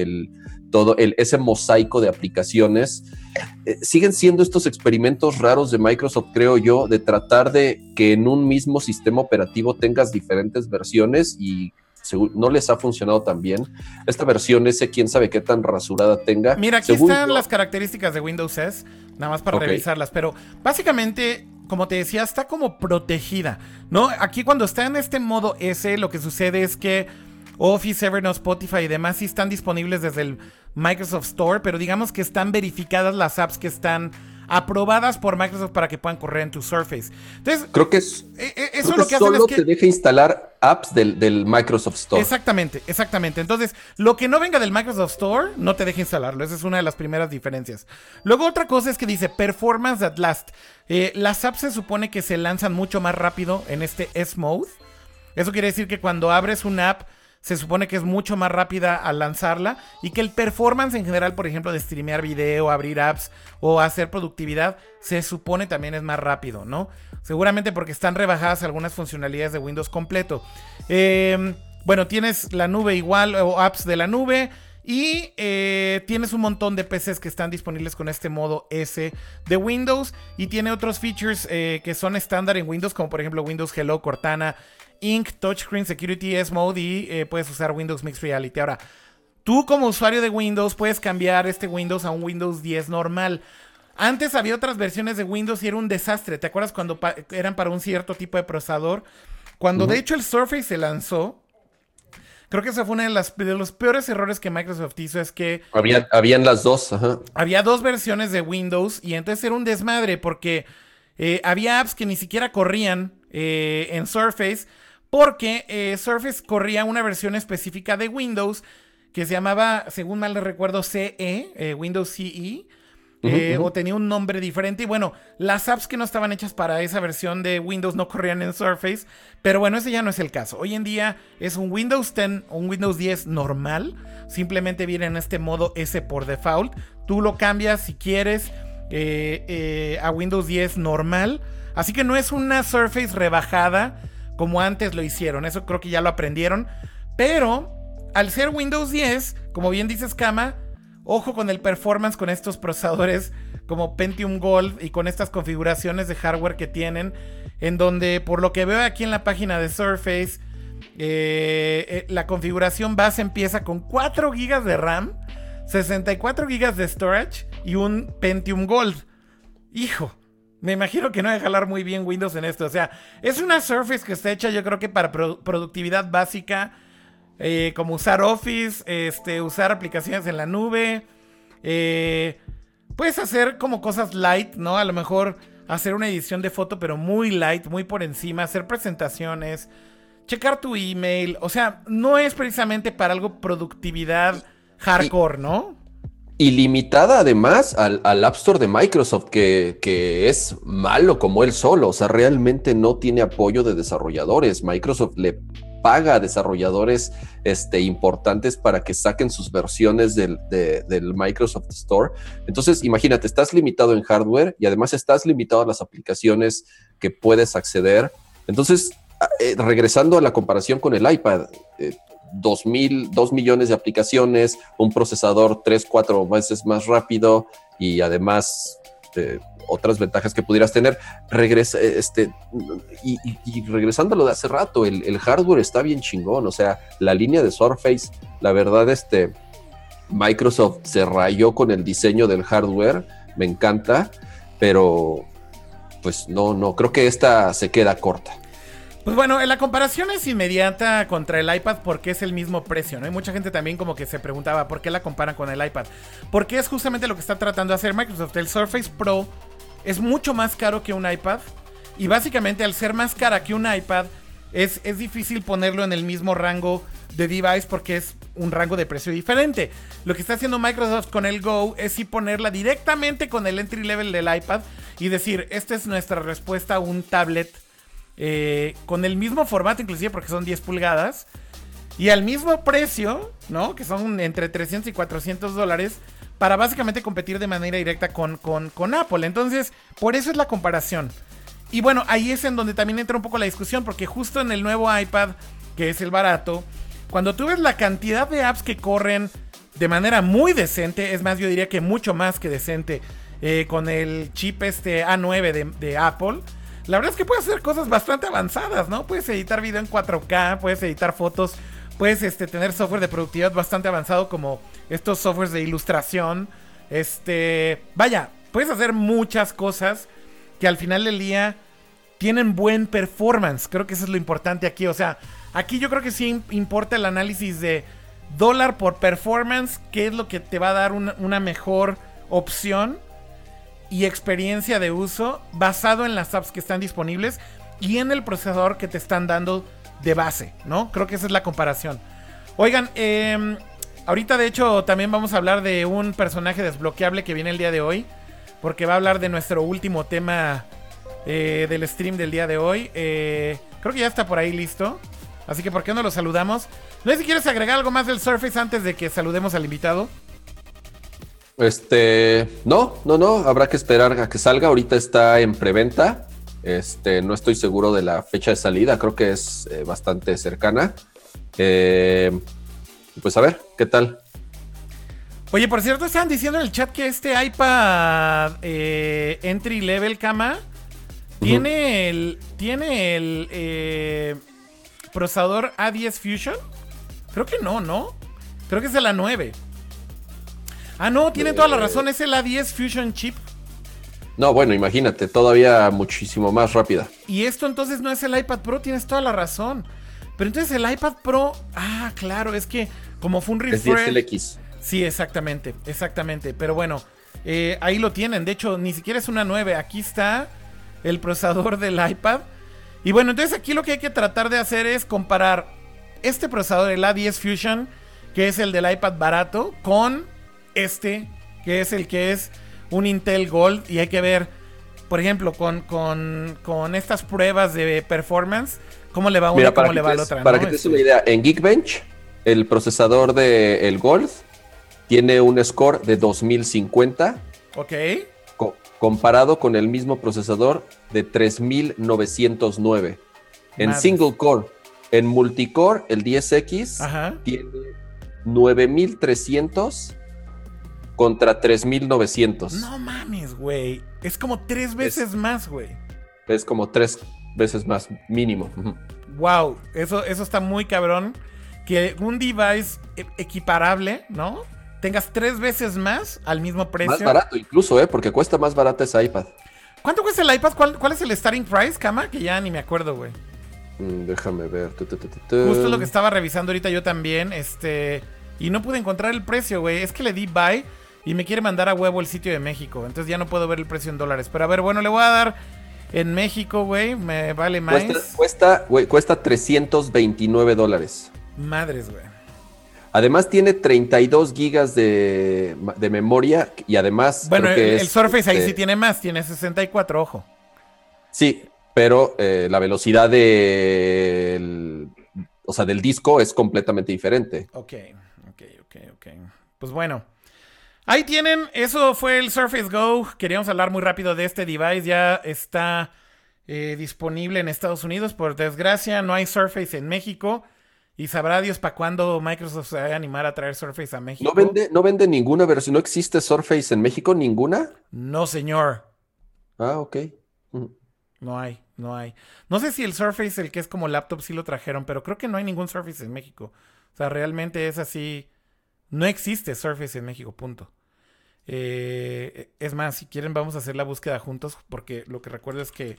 ese mosaico de aplicaciones? Siguen siendo estos experimentos raros de Microsoft, creo yo, de tratar de que en un mismo sistema operativo tengas diferentes versiones y no les ha funcionado tan bien. Esta versión quién sabe qué tan rasurada tenga. Mira, aquí están las características de Windows S, nada más para revisarlas, pero básicamente, como te decía, está como protegida, ¿no? Aquí cuando está en este modo S, lo que sucede es que Office, Evernote, Spotify y demás sí están disponibles desde el Microsoft Store, pero digamos que están verificadas las apps que están aprobadas por Microsoft para que puedan correr en tu Surface. Entonces, creo que eso lo que hacen solo es que te deja instalar apps del Microsoft Store. Exactamente. Entonces, lo que no venga del Microsoft Store no te deja instalarlo. Esa es una de las primeras diferencias. Luego, otra cosa es que dice Performance at Last. Las apps se supone que se lanzan mucho más rápido en este S-Mode. Eso quiere decir que cuando abres una app, se supone que es mucho más rápida al lanzarla y que el performance en general, por ejemplo, de streamear video, abrir apps o hacer productividad, se supone también es más rápido, ¿no? Seguramente porque están rebajadas algunas funcionalidades de Windows completo. Bueno, tienes la nube igual o apps de la nube y tienes un montón de PCs que están disponibles con este modo S de Windows y tiene otros features que son estándar en Windows, como por ejemplo Windows Hello, Cortana, Ink, Touchscreen, Security, S-Mode y puedes usar Windows Mixed Reality. Ahora, tú como usuario de Windows puedes cambiar este Windows a un Windows 10 normal. Antes había otras versiones de Windows y era un desastre. ¿Te acuerdas cuando eran para un cierto tipo de procesador? Cuando de hecho el Surface se lanzó, creo que ese fue uno de los peores errores que Microsoft hizo, es que habían las dos, ajá. Había dos versiones de Windows y entonces era un desmadre porque había apps que ni siquiera corrían en Surface, porque Surface corría una versión específica de Windows que se llamaba, según mal recuerdo, CE, Windows CE, o tenía un nombre diferente. Y bueno, las apps que no estaban hechas para esa versión de Windows no corrían en Surface, pero bueno, ese ya no es el caso. Hoy en día es un Windows 10 o un Windows 10 normal, simplemente viene en este modo S por default. Tú lo cambias si quieres a Windows 10 normal, así que no es una Surface rebajada como antes lo hicieron. Eso creo que ya lo aprendieron. Pero al ser Windows 10, como bien dices, Kama, ojo con el performance con estos procesadores como Pentium Gold y con estas configuraciones de hardware que tienen, en donde por lo que veo aquí en la página de Surface, la configuración base empieza con 4 GB de RAM, 64 GB de storage y un Pentium Gold. Hijo, me imagino que no va a jalar muy bien Windows en esto. O sea, es una Surface que está hecha, yo creo que para productividad básica, como usar Office, usar aplicaciones en la nube. Puedes hacer como cosas light, ¿no? A lo mejor hacer una edición de foto, pero muy light, muy por encima, hacer presentaciones, checar tu email. O sea, no es precisamente para algo productividad hardcore, ¿no? Y limitada además al App Store de Microsoft, que es malo como él solo. O sea, realmente no tiene apoyo de desarrolladores. Microsoft le paga a desarrolladores importantes para que saquen sus versiones del Microsoft Store. Entonces, imagínate, estás limitado en hardware y además estás limitado a las aplicaciones que puedes acceder. Entonces, regresando a la comparación con el iPad, 2 millones de aplicaciones, un procesador 3-4 veces más rápido y además otras ventajas que pudieras tener. Y regresando a lo de hace rato, el hardware está bien chingón. O sea, la línea de Surface, la verdad, Microsoft se rayó con el diseño del hardware, me encanta, pero pues no, creo que esta se queda corta. Pues bueno, la comparación es inmediata contra el iPad porque es el mismo precio, ¿no? Hay mucha gente también como que se preguntaba ¿por qué la comparan con el iPad? Porque es justamente lo que está tratando de hacer Microsoft. El Surface Pro es mucho más caro que un iPad y básicamente al ser más cara que un iPad es difícil ponerlo en el mismo rango de device porque es un rango de precio diferente. Lo que está haciendo Microsoft con el Go es sí ponerla directamente con el entry level del iPad y decir, esta es nuestra respuesta a un tablet con el mismo formato, inclusive porque son 10 pulgadas. y al mismo precio, ¿no? Que son entre $300 y $400 para básicamente competir de manera directa con Apple. Entonces, por eso es la comparación. Y bueno, ahí es en donde también entra un poco la discusión, porque justo en el nuevo iPad, que es el barato, cuando tú ves la cantidad de apps que corren de manera muy decente, es más, yo diría que mucho más que decente, con el chip A9 de Apple, la verdad es que puedes hacer cosas bastante avanzadas, ¿no? Puedes editar video en 4K, puedes editar fotos, puedes tener software de productividad bastante avanzado como estos softwares de ilustración. Vaya, puedes hacer muchas cosas que al final del día tienen buen performance. Creo que eso es lo importante aquí. O sea, aquí yo creo que sí importa el análisis de dólar por performance, qué es lo que te va a dar una mejor opción y experiencia de uso basado en las apps que están disponibles y en el procesador que te están dando de base, ¿no? Creo que esa es la comparación. Oigan, ahorita de hecho también vamos a hablar de un personaje desbloqueable que viene el día de hoy, porque va a hablar de nuestro último tema del stream del día de hoy. Creo que ya está por ahí listo, así que ¿por qué no lo saludamos? No sé si quieres agregar algo más del Surface antes de que saludemos al invitado. No, habrá que esperar a que salga. Ahorita está en preventa. No estoy seguro de la fecha de salida, creo que es bastante cercana. Pues a ver, ¿qué tal? Oye, por cierto, estaban diciendo en el chat que este iPad Entry Level, Cama, tiene el procesador A10 Fusion. Creo que no. Creo que es de la 9. Ah, no, tienen toda la razón, es el A10 Fusion Chip. No, bueno, imagínate, todavía muchísimo más rápida. Y esto entonces no es el iPad Pro, tienes toda la razón. Pero entonces el iPad Pro, claro, es que como fue un refresh. Es 10LX. Sí, exactamente. Pero bueno, ahí lo tienen. De hecho, ni siquiera es una 9. Aquí está el procesador del iPad. Y bueno, entonces aquí lo que hay que tratar de hacer es comparar este procesador, el A10 Fusion, que es el del iPad barato, con que es el que es un Intel Gold. Y hay que ver, por ejemplo, con estas pruebas de performance, cómo le va a una y cómo le va a la otra. Para que te des una idea, en Geekbench, el procesador del Gold tiene un score de 2050. Ok. Comparado con el mismo procesador de 3909. En single core. En multicore, el 10X tiene 9300 contra 3900. No mames, güey. Es como 3 veces más, güey. Es como 3 veces más, mínimo. Wow, eso está muy cabrón. Que un device equiparable, ¿no? Tengas 3 veces más al mismo precio. Más barato incluso, porque cuesta más barata ese iPad. ¿Cuánto cuesta el iPad? ¿Cuál es el starting price, Cama? Que ya ni me acuerdo, güey. Déjame ver. Justo lo que estaba revisando ahorita yo también, y no pude encontrar el precio, güey. Es que le di buy y me quiere mandar a huevo el sitio de México. Entonces ya no puedo ver el precio en dólares. Pero a ver, bueno, le voy a dar en México, güey. Me vale más. Cuesta $329. Madres, güey. Además tiene 32 gigas de memoria y además... Bueno, el Surface ahí sí tiene más, tiene 64, ojo. Sí, pero la velocidad del disco es completamente diferente. Ok. Pues bueno, ahí tienen, eso fue el Surface Go. Queríamos hablar muy rápido de este device, ya está disponible en Estados Unidos. Por desgracia no hay Surface en México. Y sabrá Dios para cuándo Microsoft se va a animar a traer Surface a México. ¿No vende ninguna versión? ¿No existe Surface en México? ¿Ninguna? No, señor. Ok. No hay. No sé si el Surface, el que es como laptop, sí lo trajeron, pero creo que no hay ningún Surface en México. O sea, realmente es así. No existe Surface en México, punto. Es más, si quieren vamos a hacer la búsqueda juntos, porque lo que recuerdo es que...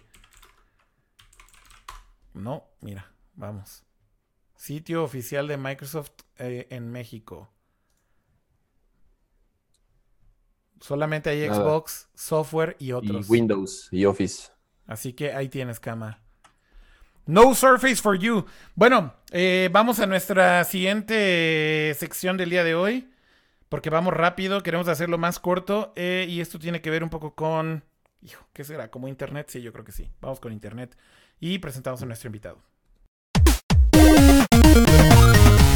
No, mira, vamos. Sitio oficial de Microsoft en México. Solamente hay Xbox, software y otros. Y Windows y Office. Así que ahí tienes, Cama. No Surface for you. Bueno, vamos a nuestra siguiente sección del día de hoy. Porque vamos rápido, queremos hacerlo más corto. Y esto tiene que ver un poco con... ¿Qué será? ¿Como internet? Sí, yo creo que sí. Vamos con internet. Y presentamos a nuestro invitado.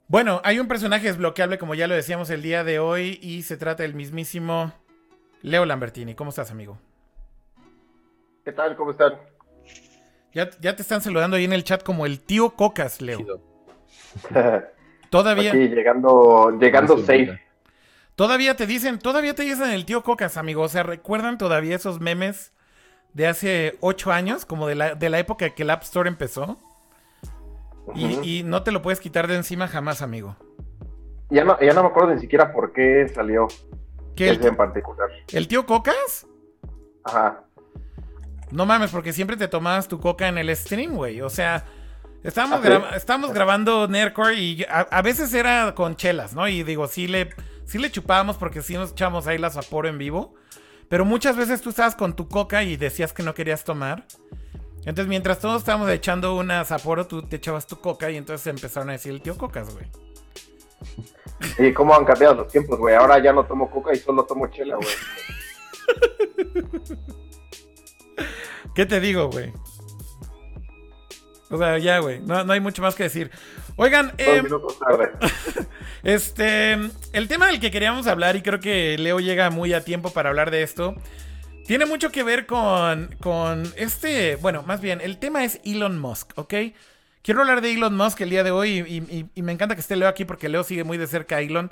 Bueno, hay un personaje desbloqueable, como ya lo decíamos el día de hoy, y se trata del mismísimo Leo Lambertini. ¿Cómo estás, amigo? ¿Qué tal? ¿Cómo están? Ya te están saludando ahí en el chat como el tío Cocas, Leo. Chido. Todavía, Aquí llegando Sí, safe. mira. todavía te dicen el tío Cocas, amigo. O sea, ¿recuerdan todavía esos memes de hace 8 años? Como de la época que el App Store empezó. Ujú. Y no te lo puedes quitar de encima jamás, amigo. Ya no me acuerdo ni siquiera por qué salió ¿Qué, ese en particular. el tío Cocas? Ajá. No mames, porque siempre te tomabas tu coca en el stream, güey. O sea, estábamos, ¿Ah, sí? estábamos grabando Nerdcore y a veces era con chelas, ¿no? Y digo, sí le chupábamos porque sí nos echamos ahí la Sapporo en vivo. Pero muchas veces tú estabas con tu coca y decías que no querías tomar. Entonces, mientras todos estábamos echando una Sapporo, tú te echabas tu coca y entonces empezaron a decir el tío Cocas, güey. ¿Y cómo han cambiado los tiempos, güey? Ahora ya no tomo coca y solo tomo chela, güey. ¿Qué te digo, güey? O sea, ya, güey. No hay mucho más que decir. Oigan, 2 minutos tarde. el tema del que queríamos hablar, y creo que Leo llega muy a tiempo para hablar de esto, tiene mucho que ver con bueno, más bien, el tema es Elon Musk, ¿ok? Quiero hablar de Elon Musk el día de hoy y me encanta que esté Leo aquí porque Leo sigue muy de cerca a Elon.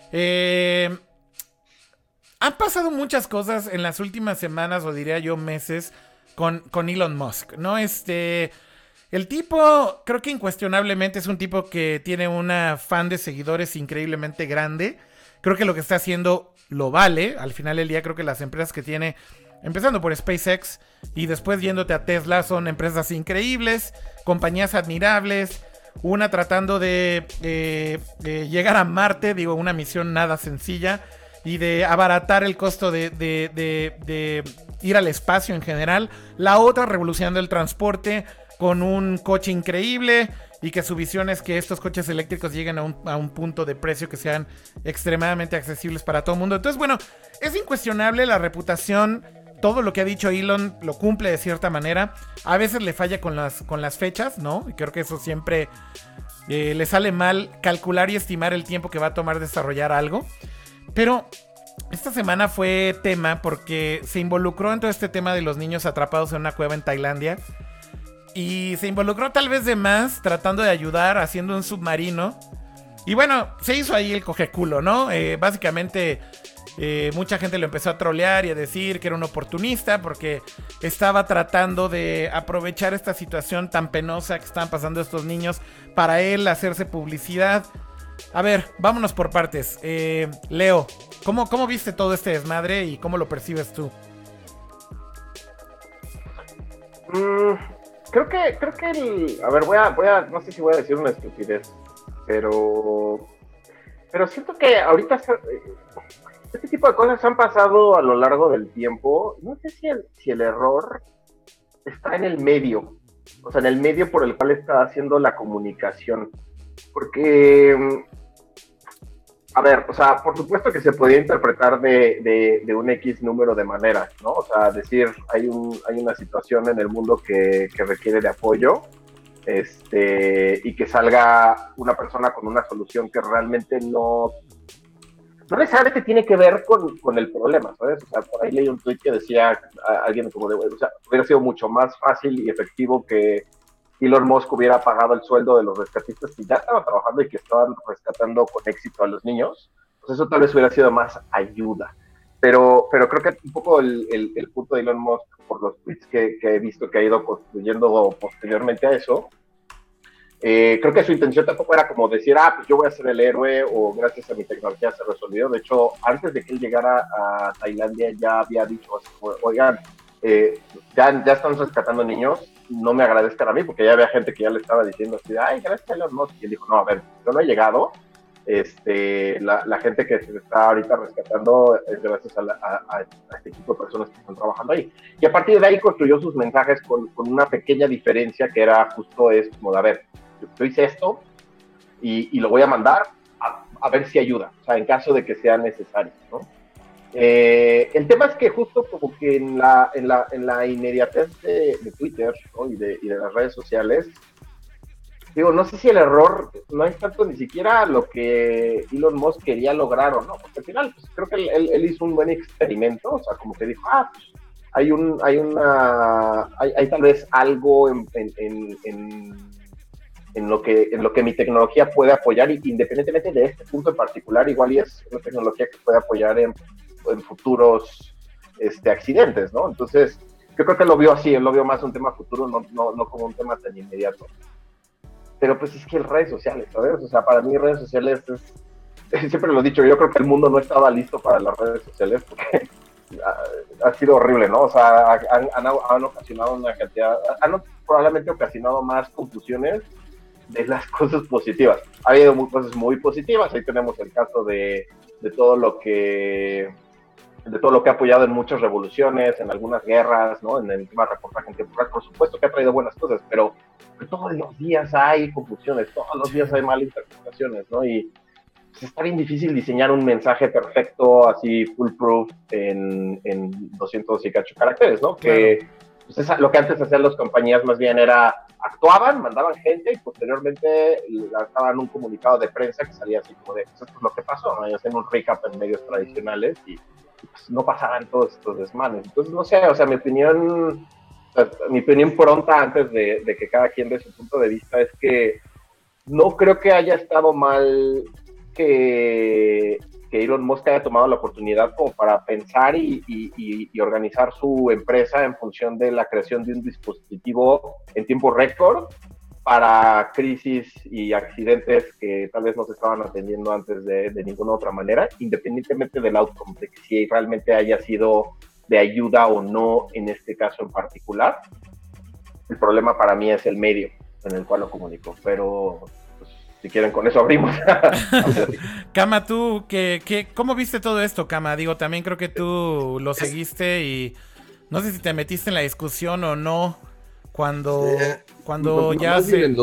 Han pasado muchas cosas en las últimas semanas, o diría yo meses, con Elon Musk, ¿no? El tipo, creo que incuestionablemente es un tipo que tiene una fan de seguidores increíblemente grande. Creo que lo que está haciendo lo vale. Al final del día creo que las empresas que tiene, empezando por SpaceX y después yéndote a Tesla, son empresas increíbles, compañías admirables. Una tratando de llegar a Marte, digo, una misión nada sencilla. Y de abaratar el costo de ir al espacio en general. La otra revolucionando el transporte con un coche increíble y que su visión es que estos coches eléctricos lleguen a un punto de precio que sean extremadamente accesibles para todo el mundo. Entonces, bueno, es incuestionable la reputación. Todo lo que ha dicho Elon lo cumple de cierta manera. A veces le falla con las fechas, ¿no? Y creo que eso siempre le sale mal calcular y estimar el tiempo que va a tomar desarrollar algo. Pero esta semana fue tema porque se involucró en todo este tema de los niños atrapados en una cueva en Tailandia. Y se involucró tal vez de más tratando de ayudar haciendo un submarino. Y bueno, se hizo ahí el cogeculo, ¿no? Básicamente mucha gente lo empezó a trolear y a decir que era un oportunista porque estaba tratando de aprovechar esta situación tan penosa que estaban pasando estos niños para él hacerse publicidad. A ver, vámonos por partes. Leo, ¿cómo viste todo este desmadre y cómo lo percibes tú? Creo que a ver, no sé si voy a decir una estupidez, pero siento que ahorita este tipo de cosas han pasado a lo largo del tiempo. No sé si el error está en el medio, o sea, en el medio por el cual está haciendo la comunicación. Porque, a ver, o sea, por supuesto que se podía interpretar de un X número de maneras, ¿no? O sea, decir, hay una situación en el mundo que requiere de apoyo, y que salga una persona con una solución que realmente no necesariamente tiene que ver con el problema, ¿sabes? O sea, por ahí leí un tweet que decía alguien como o sea, hubiera sido mucho más fácil y efectivo que Elon Musk hubiera pagado el sueldo de los rescatistas que ya estaban trabajando y que estaban rescatando con éxito a los niños. Pues eso tal vez hubiera sido más ayuda. Pero creo que un poco el punto de Elon Musk, por los tweets que he visto que ha ido construyendo posteriormente a eso, creo que su intención tampoco era como decir, pues yo voy a ser el héroe o gracias a mi tecnología se resolvió. De hecho, antes de que él llegara a Tailandia ya había dicho, oigan, ya están rescatando niños, no me agradezcan a mí, porque ya había gente que ya le estaba diciendo así, ay, gracias a Elon Musk. Y él dijo, no, a ver, yo no he llegado, la gente que se está ahorita rescatando es gracias a este equipo de personas que están trabajando ahí. Y a partir de ahí construyó sus mensajes con una pequeña diferencia que era justo es como de, a ver, yo hice esto y lo voy a mandar a ver si ayuda, o sea, en caso de que sea necesario, ¿no? El tema es que justo como que en la inmediatez de Twitter, ¿no? y de las redes sociales, digo, no sé si el error no es tanto ni siquiera lo que Elon Musk quería lograr o no, porque al final pues, creo que él hizo un buen experimento, o sea, como que dijo, pues hay tal vez algo en lo que mi tecnología puede apoyar, y independientemente de este punto en particular, igual y es una tecnología que puede apoyar en futuros accidentes, ¿no? Entonces, yo creo que lo vio así, él lo vio más un tema futuro, no como un tema tan inmediato. Pero pues es que redes sociales, ¿sabes? O sea, para mí redes sociales siempre lo he dicho, yo creo que el mundo no estaba listo para las redes sociales porque ha sido horrible, ¿no? O sea, han ocasionado una cantidad, han probablemente ocasionado más confusiones de las cosas positivas. Ha habido cosas muy positivas, ahí tenemos el caso de todo lo que ha apoyado en muchas revoluciones, en algunas guerras, ¿no? En el tema de reportaje en tiempo real, por supuesto que ha traído buenas cosas, pero todos los días hay confusiones, todos los días hay malinterpretaciones, ¿no? Y pues, está bien difícil diseñar un mensaje perfecto, así foolproof, en 200 y cacho caracteres, ¿no? Claro. Que pues, lo que antes hacían las compañías más bien era actuaban, mandaban gente y posteriormente lanzaban un comunicado de prensa que salía así como de, pues esto es lo que pasó, ¿no? Y hacían un recap en medios tradicionales y pues, no pasaban todos estos desmanes. Entonces, no sé, o sea, mi opinión pronta antes de que cada quien dé su punto de vista es que no creo que haya estado mal que Elon Musk haya tomado la oportunidad como para pensar y organizar su empresa en función de la creación de un dispositivo en tiempo récord para crisis y accidentes que tal vez no se estaban atendiendo antes de ninguna otra manera, independientemente del outcome, de que si realmente haya sido de ayuda o no en este caso en particular. El problema para mí es el medio en el cual lo comunico, pero pues, si quieren con eso abrimos. Kama, ¿tú cómo viste todo esto, Kama? Digo, también creo que tú lo seguiste y no sé si te metiste en la discusión o no cuando ya se... En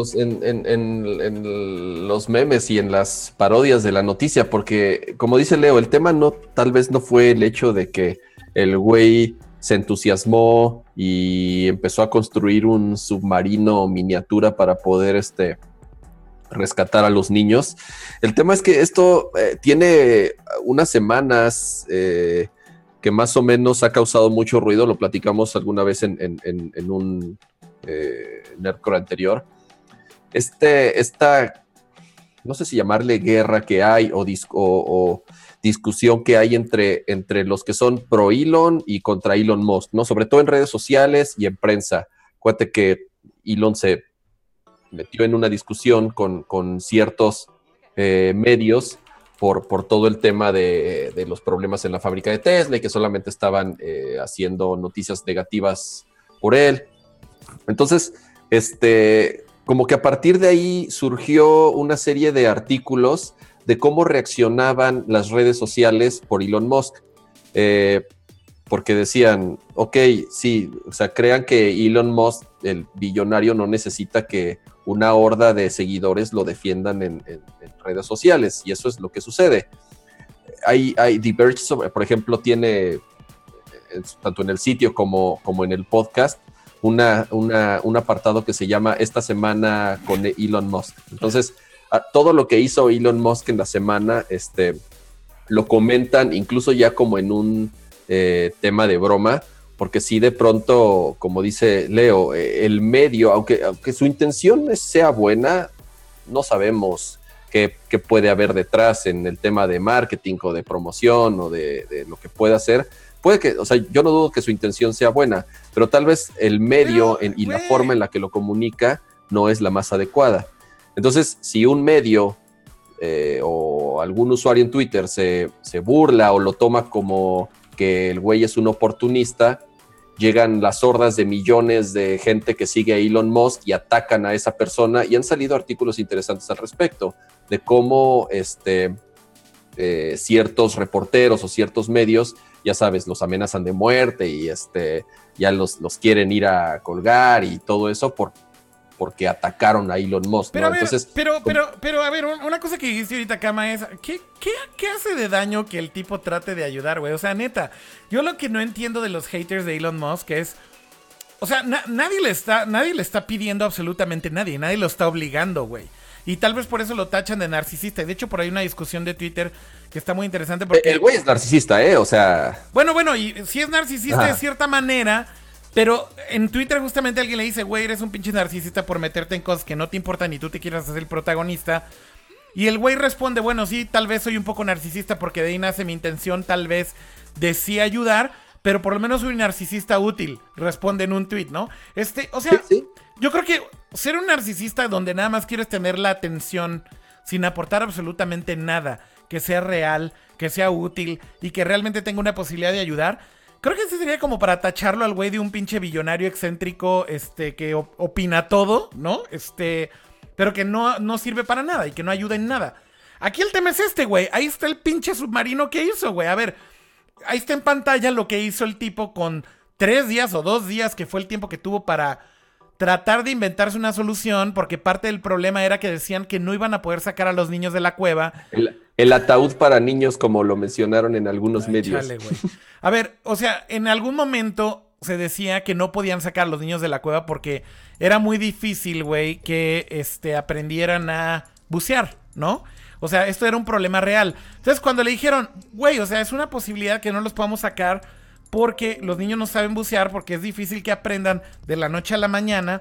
los memes y en las parodias de la noticia, porque como dice Leo, el tema tal vez no fue el hecho de que el güey se entusiasmó y empezó a construir un submarino miniatura para poder rescatar a los niños. El tema es que esto tiene unas semanas que más o menos ha causado mucho ruido, lo platicamos alguna vez en un Nerdcore anterior. Esta, no sé si llamarle guerra que hay o discusión que hay entre los que son pro Elon y contra Elon Musk, ¿no? Sobre todo en redes sociales y en prensa. Acuérdate que Elon se metió en una discusión con ciertos medios por todo el tema de los problemas en la fábrica de Tesla y que solamente estaban haciendo noticias negativas por él. Entonces, como que a partir de ahí surgió una serie de artículos de cómo reaccionaban las redes sociales por Elon Musk. Porque decían, ok, sí, o sea, crean que Elon Musk, el billonario, no necesita que una horda de seguidores lo defiendan en redes sociales, y eso es lo que sucede. Hay The Verge, por ejemplo, tiene, tanto en el sitio como en el podcast, un apartado que se llama Esta semana con Elon Musk. Entonces, todo lo que hizo Elon Musk en la semana, lo comentan incluso ya como en un tema de broma, porque si de pronto, como dice Leo, el medio, aunque su intención sea buena, no sabemos qué puede haber detrás en el tema de marketing o de promoción o de lo que pueda hacer. Puede que, o sea, yo no dudo que su intención sea buena, pero tal vez el medio y la forma en la que lo comunica no es la más adecuada. Entonces, si un medio o algún usuario en Twitter se burla o lo toma como que el güey es un oportunista, llegan las hordas de millones de gente que sigue a Elon Musk y atacan a esa persona, y han salido artículos interesantes al respecto de cómo ciertos reporteros o ciertos medios, ya sabes, los amenazan de muerte y ya los quieren ir a colgar y todo eso porque atacaron a Elon Musk, pero, ¿no? Entonces, pero a ver, una cosa que dijiste ahorita, Kama, es ¿qué hace de daño que el tipo trate de ayudar, güey? O sea, neta, yo lo que no entiendo de los haters de Elon Musk es O sea, nadie le está pidiendo absolutamente nadie lo está obligando, güey. Y tal vez por eso lo tachan de narcisista. Y de hecho, por ahí hay una discusión de Twitter que está muy interesante porque... El güey es narcisista, o sea... Bueno, y sí es narcisista Ajá. de cierta manera, pero en Twitter justamente alguien le dice, güey, eres un pinche narcisista por meterte en cosas que no te importan y tú te quieras hacer el protagonista. Y el güey responde, bueno, sí, tal vez soy un poco narcisista porque de ahí nace mi intención tal vez de sí ayudar, pero por lo menos soy un narcisista útil, responde en un tweet, ¿no? O sea, Sí. yo creo que ser un narcisista donde nada más quieres tener la atención sin aportar absolutamente nada, que sea real, que sea útil y que realmente tenga una posibilidad de ayudar, creo que ese sería como para tacharlo al güey de un pinche billonario excéntrico, que opina todo, ¿no? Pero que no sirve para nada y que no ayuda en nada. Aquí el tema es güey. Ahí está el pinche submarino que hizo, güey. A ver, ahí está en pantalla lo que hizo el tipo con 3 días o 2 días, que fue el tiempo que tuvo para tratar de inventarse una solución, porque parte del problema era que decían que no iban a poder sacar a los niños de la cueva. El ataúd para niños, como lo mencionaron en algunos medios. Chale, güey. A ver, o sea, en algún momento se decía que no podían sacar a los niños de la cueva porque era muy difícil, güey, que aprendieran a bucear, ¿no? O sea, esto era un problema real. Entonces, cuando le dijeron, güey, o sea, es una posibilidad que no los podamos sacar porque los niños no saben bucear, porque es difícil que aprendan de la noche a la mañana.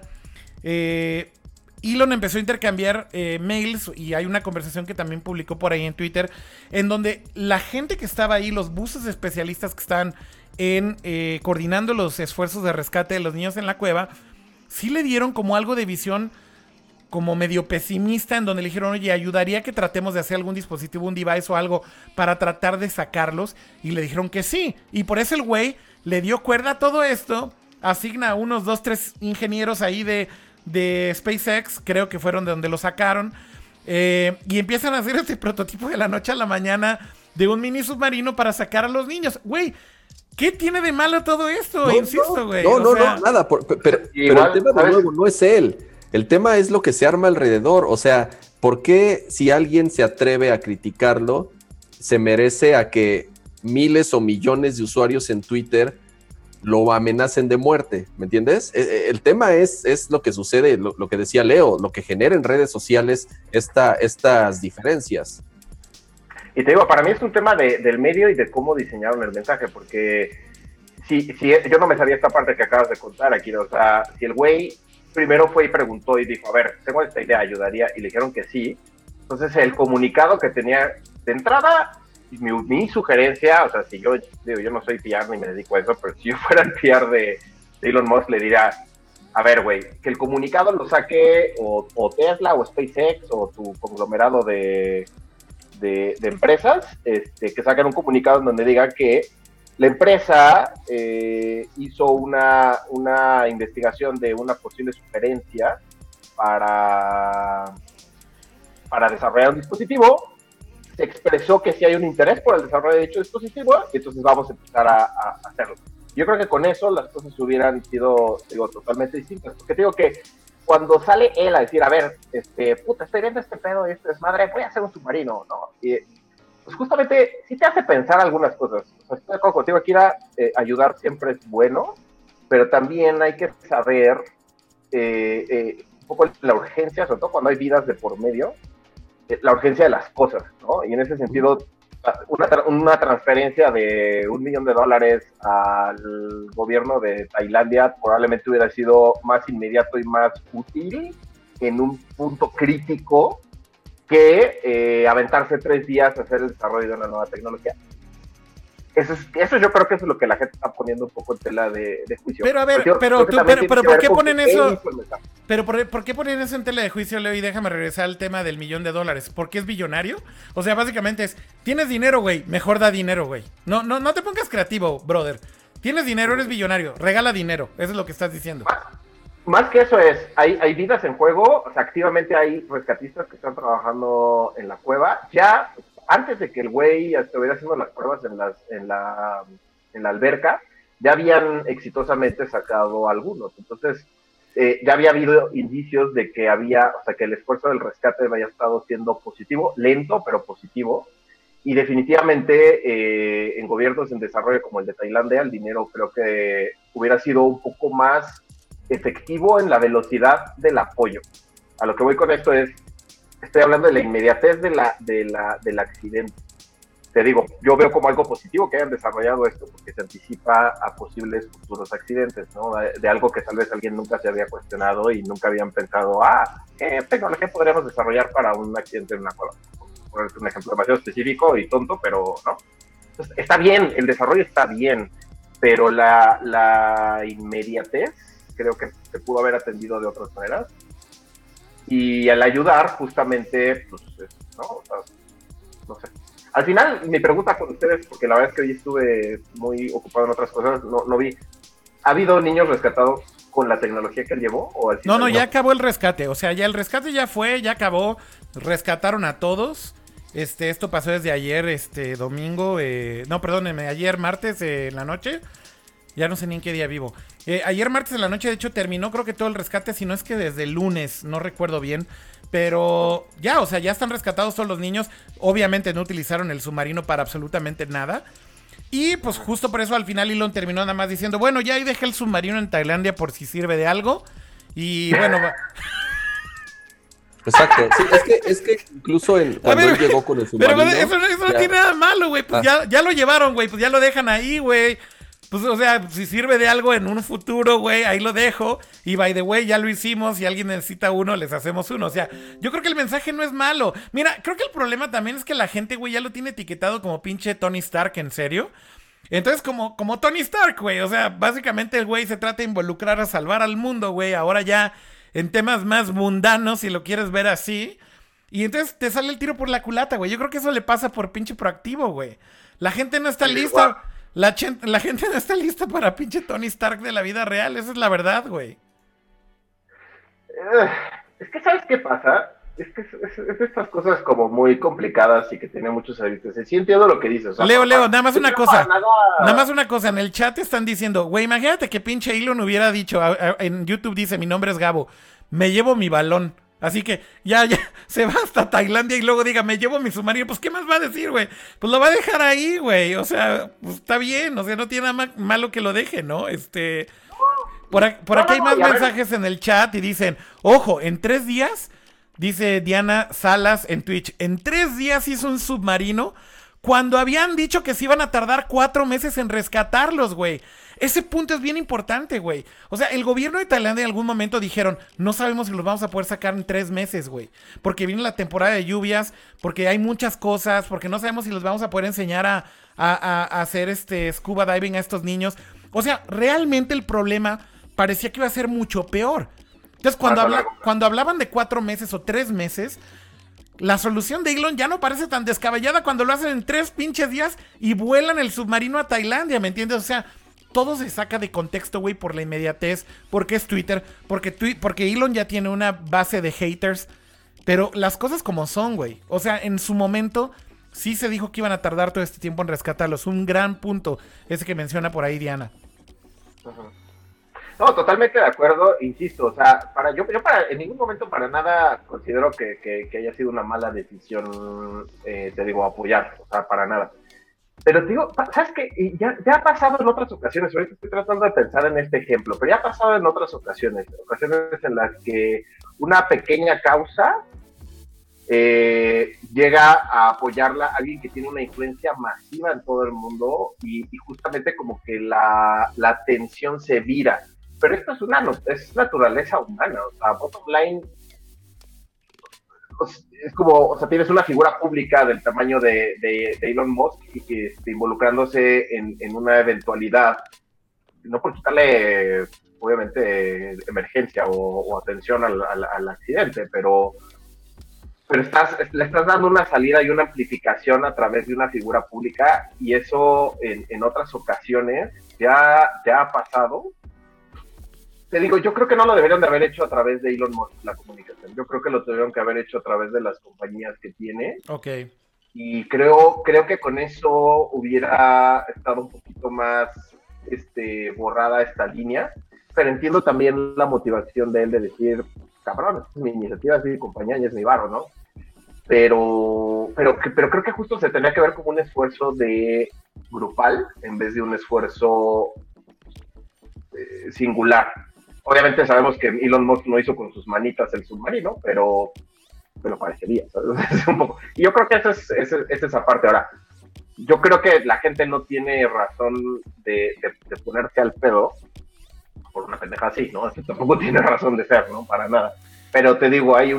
Elon empezó a intercambiar mails y hay una conversación que también publicó por ahí en Twitter, en donde la gente que estaba ahí, los buses especialistas que estaban coordinando los esfuerzos de rescate de los niños en la cueva, sí le dieron como algo de visión como medio pesimista, en donde le dijeron, oye, ayudaría que tratemos de hacer algún dispositivo, un device o algo para tratar de sacarlos, y le dijeron que sí, y por eso el güey le dio cuerda a todo esto, asigna a unos 2, 3 ingenieros ahí de SpaceX, creo que fueron de donde lo sacaron, y empiezan a hacer este prototipo de la noche a la mañana de un mini submarino para sacar a los niños, güey. ¿Qué tiene de malo todo esto? Insisto, güey. No, nada. Pero el tema de nuevo no es él. El tema es lo que se arma alrededor. O sea, ¿por qué si alguien se atreve a criticarlo, se merece a que miles o millones de usuarios en Twitter lo amenacen de muerte? ¿Me entiendes? El tema es lo que sucede, lo que decía Leo, lo que genera en redes sociales estas diferencias. Y te digo, para mí es un tema del medio y de cómo diseñaron el mensaje, porque si yo no me sabía esta parte que acabas de contar aquí, o sea, si el güey primero fue y preguntó y dijo, a ver, tengo esta idea, ayudaría, y le dijeron que sí, entonces el comunicado que tenía de entrada, mi sugerencia, o sea, si yo no soy PR ni me dedico a eso, pero si yo fuera el PR de Elon Musk, le diría, a ver, güey, que el comunicado lo saque o Tesla o SpaceX o tu conglomerado de empresas, que saquen un comunicado en donde digan que la empresa hizo una investigación de una posible sugerencia para desarrollar un dispositivo, se expresó que sí hay un interés por el desarrollo de dicho dispositivo, y entonces vamos a empezar a hacerlo. Yo creo que con eso las cosas hubieran sido, digo, totalmente distintas, porque te digo que cuando sale él a decir, a ver, puta, estoy viendo este pedo y este desmadre, voy a hacer un submarino, ¿no? Y pues justamente sí te hace pensar algunas cosas. O sea, estoy de acuerdo contigo, aquí ayudar siempre es bueno, pero también hay que saber un poco la urgencia, sobre todo cuando hay vidas de por medio, la urgencia de las cosas, ¿no? Y en ese sentido, una transferencia de $1 millón al gobierno de Tailandia probablemente hubiera sido más inmediato y más útil en un punto crítico que aventarse 3 días a hacer el desarrollo de una nueva tecnología. Eso yo creo que eso es lo que la gente está poniendo un poco en tela de juicio. Pero a ver, pero ¿por qué ponen eso? Pero ¿por qué ponen eso en tela de juicio, Leo? Y déjame regresar al tema del $1 millón. ¿Por qué es billonario? O sea, básicamente es, tienes dinero, güey, mejor da dinero, güey. No te pongas creativo, brother. Tienes dinero, eres billonario, regala dinero. Eso es lo que estás diciendo. Más que eso es, hay vidas en juego, o sea, activamente hay rescatistas que están trabajando en la cueva. Ya antes de que el güey estuviera haciendo las pruebas en la alberca, ya habían exitosamente sacado algunos. Entonces, ya había habido indicios de que que el esfuerzo del rescate había estado siendo positivo, lento, pero positivo. Y definitivamente en gobiernos en desarrollo como el de Tailandia, el dinero creo que hubiera sido un poco más efectivo en la velocidad del apoyo. A lo que voy con esto estoy hablando de la inmediatez del accidente. Te digo, yo veo como algo positivo que hayan desarrollado esto, porque se anticipa a posibles futuros accidentes, ¿no? De algo que tal vez alguien nunca se había cuestionado y nunca habían pensado, ¿qué tecnología podríamos desarrollar para un accidente en una cueva? Por un ejemplo demasiado específico y tonto, pero no. Entonces, está bien, el desarrollo está bien, pero la inmediatez creo que se pudo haber atendido de otras maneras. Y al ayudar, justamente, pues, ¿no? O sea, no sé. Al final, mi pregunta con ustedes, porque la verdad es que hoy estuve muy ocupado en otras cosas, no vi. ¿Ha habido niños rescatados con la tecnología que él llevó? No, ya acabó el rescate. O sea, ya el rescate ya fue, ya acabó. Rescataron a todos. Esto pasó desde ayer, domingo. No, perdónenme, ayer martes en la noche. Ya no sé ni en qué día vivo. Ayer martes en la noche, de hecho, terminó creo que todo el rescate, si no es que desde el lunes, no recuerdo bien. Pero ya, o sea, ya están rescatados todos los niños. Obviamente no utilizaron el submarino para absolutamente nada. Y pues justo por eso al final Elon terminó nada más diciendo, bueno, ya ahí dejé el submarino en Tailandia por si sirve de algo. Y bueno... Exacto, sí, es que incluso cuando él llegó con el submarino... Pero eso no tiene nada malo, güey, pues ya lo llevaron, güey, pues ya lo dejan ahí, güey. Pues, o sea, si sirve de algo en un futuro, güey, ahí lo dejo. Y by the way, ya lo hicimos. Si alguien necesita uno, les hacemos uno. O sea, yo creo que el mensaje no es malo. Mira, creo que el problema también es que la gente, güey, ya lo tiene etiquetado como pinche Tony Stark, ¿en serio? Entonces, como Tony Stark, güey. O sea, básicamente el güey se trata de involucrar a salvar al mundo, güey. Ahora ya en temas más mundanos, si lo quieres ver así. Y entonces te sale el tiro por la culata, güey. Yo creo que eso le pasa por pinche proactivo, güey. La gente no está lista... La gente no está lista para pinche Tony Stark de la vida real, esa es la verdad, güey. Es que, ¿sabes qué pasa? Es que es de estas cosas como muy complicadas y que tiene muchos servicios. Sí entiendo lo que dices. O sea, Leo, nada más una cosa. Nada más una cosa. En el chat están diciendo, güey, imagínate que pinche Elon hubiera dicho, en YouTube dice, mi nombre es Gabo, me llevo mi balón. Así que ya se va hasta Tailandia y luego diga, me llevo mi submarino. Pues, ¿qué más va a decir, güey? Pues lo va a dejar ahí, güey. O sea, pues está bien. O sea, no tiene nada malo que lo deje, ¿no? Por aquí hay más mensajes en el chat y dicen, ojo, en 3 días, dice Diana Salas en Twitch, en 3 días hizo un submarino cuando habían dicho que se iban a tardar 4 meses en rescatarlos, güey. Ese punto es bien importante, güey. O sea, el gobierno de Tailandia en algún momento dijeron, no sabemos si los vamos a poder sacar en 3 meses, güey. Porque viene la temporada de lluvias, porque hay muchas cosas, porque no sabemos si los vamos a poder enseñar a hacer scuba diving a estos niños. O sea, realmente el problema parecía que iba a ser mucho peor. Entonces, cuando hablaban de 4 meses o 3 meses... La solución de Elon ya no parece tan descabellada cuando lo hacen en 3 pinches días y vuelan el submarino a Tailandia, ¿me entiendes? O sea, todo se saca de contexto, güey, por la inmediatez, porque es Twitter, porque Elon ya tiene una base de haters, pero las cosas como son, güey. O sea, en su momento sí se dijo que iban a tardar todo este tiempo en rescatarlos. Un gran punto ese que menciona por ahí Diana. Uh-huh. No, totalmente de acuerdo, insisto, o sea, yo en ningún momento para nada considero que haya sido una mala decisión, te digo, apoyar, o sea, para nada. Pero te digo, ¿sabes qué? Ya ha pasado en otras ocasiones, ahorita estoy tratando de pensar en este ejemplo, pero ya ha pasado en otras ocasiones en las que una pequeña causa llega a apoyarla a alguien que tiene una influencia masiva en todo el mundo y justamente como que la atención se vira. Pero esto es naturaleza humana, o sea, bottom line es como, o sea, tienes una figura pública del tamaño de Elon Musk y que involucrándose en una eventualidad, no por quitarle, obviamente, emergencia o atención al accidente, pero le estás dando una salida y una amplificación a través de una figura pública y eso en otras ocasiones ya ha pasado. Te digo, yo creo que no lo deberían de haber hecho a través de Elon Musk la comunicación. Yo creo que lo tuvieron que haber hecho a través de las compañías que tiene. Ok. Y creo que con eso hubiera estado un poquito más borrada esta línea. Pero entiendo también la motivación de él de decir, cabrón, es mi iniciativa, es mi compañía y es mi varo, ¿no? Pero creo que justo se tenía que ver como un esfuerzo de grupal en vez de un esfuerzo singular. Obviamente sabemos que Elon Musk no hizo con sus manitas el submarino, pero parecería, ¿sabes? Es un poco. Y yo creo que esa es esa parte. Ahora, yo creo que la gente no tiene razón de ponerse al pedo por una pendeja así, ¿no? Eso tampoco tiene razón de ser, ¿no? Para nada. Pero te digo, hay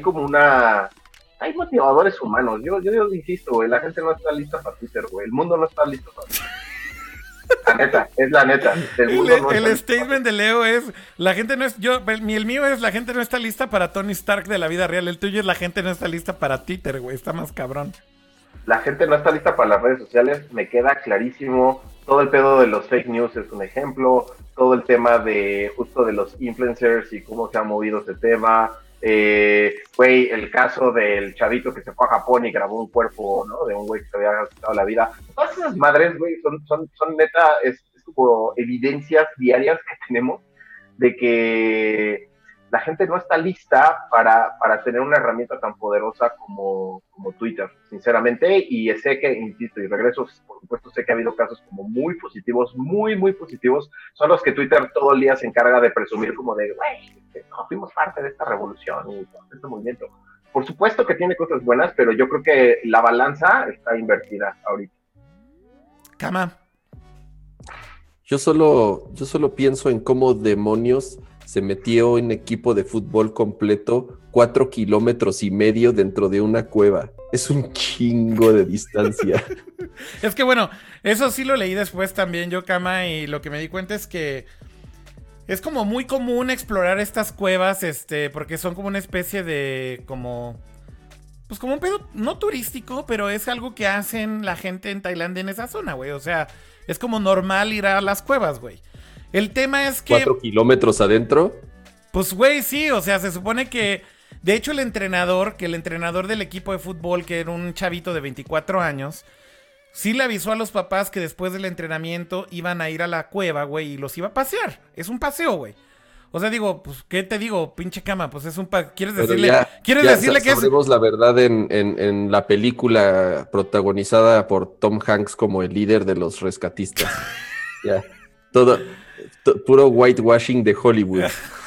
motivadores humanos. Yo insisto, güey, la gente no está lista para Twitter, güey. El mundo no está listo para Twitter. La neta, es la neta. El statement de Leo es, la gente no es, el mío es, la gente no está lista para Tony Stark de la vida real. El tuyo es, la gente no está lista para Twitter, güey. Está más cabrón. La gente no está lista para las redes sociales, me queda clarísimo. Todo el pedo de los fake news es un ejemplo. Todo el tema de justo de los influencers y cómo se ha movido ese tema. Güey, el caso del chavito que se fue a Japón y grabó un cuerpo, ¿no? De un güey que se había quitado la vida. Todas esas madres, güey, son neta, es como evidencias diarias que tenemos de que la gente no está lista para tener una herramienta tan poderosa como Twitter, sinceramente, y sé que, insisto, y regreso, por supuesto, sé que ha habido casos como muy positivos, muy positivos, son los que Twitter todo el día se encarga de presumir como de, güey, no, fuimos parte de esta revolución y todo este movimiento. Por supuesto que tiene cosas buenas, pero yo creo que la balanza está invertida ahorita. Cama. Yo solo pienso en cómo demonios se metió en equipo de fútbol completo 4,5 kilómetros dentro de una cueva. Es un chingo de distancia. Es que bueno, eso sí lo leí después también yo, Cama, y lo que me di cuenta es que es como muy común explorar estas cuevas, porque son como una especie de pues como un pedo no turístico, pero es algo que hacen la gente en Tailandia en esa zona, güey. O sea, es como normal ir a las cuevas, güey. El tema es que 4 kilómetros adentro. Pues, güey, sí, o sea, se supone que de hecho el entrenador del equipo de fútbol, que era un chavito de 24 años, sí le avisó a los papás que después del entrenamiento iban a ir a la cueva, güey, y los iba a pasear. Es un paseo, güey. O sea, digo, pues, ¿qué te digo, pinche Cama? Pues es un ¿Quieres decirle que es? Sabremos la verdad en la película protagonizada por Tom Hanks como el líder de los rescatistas. Ya. Puro whitewashing de Hollywood.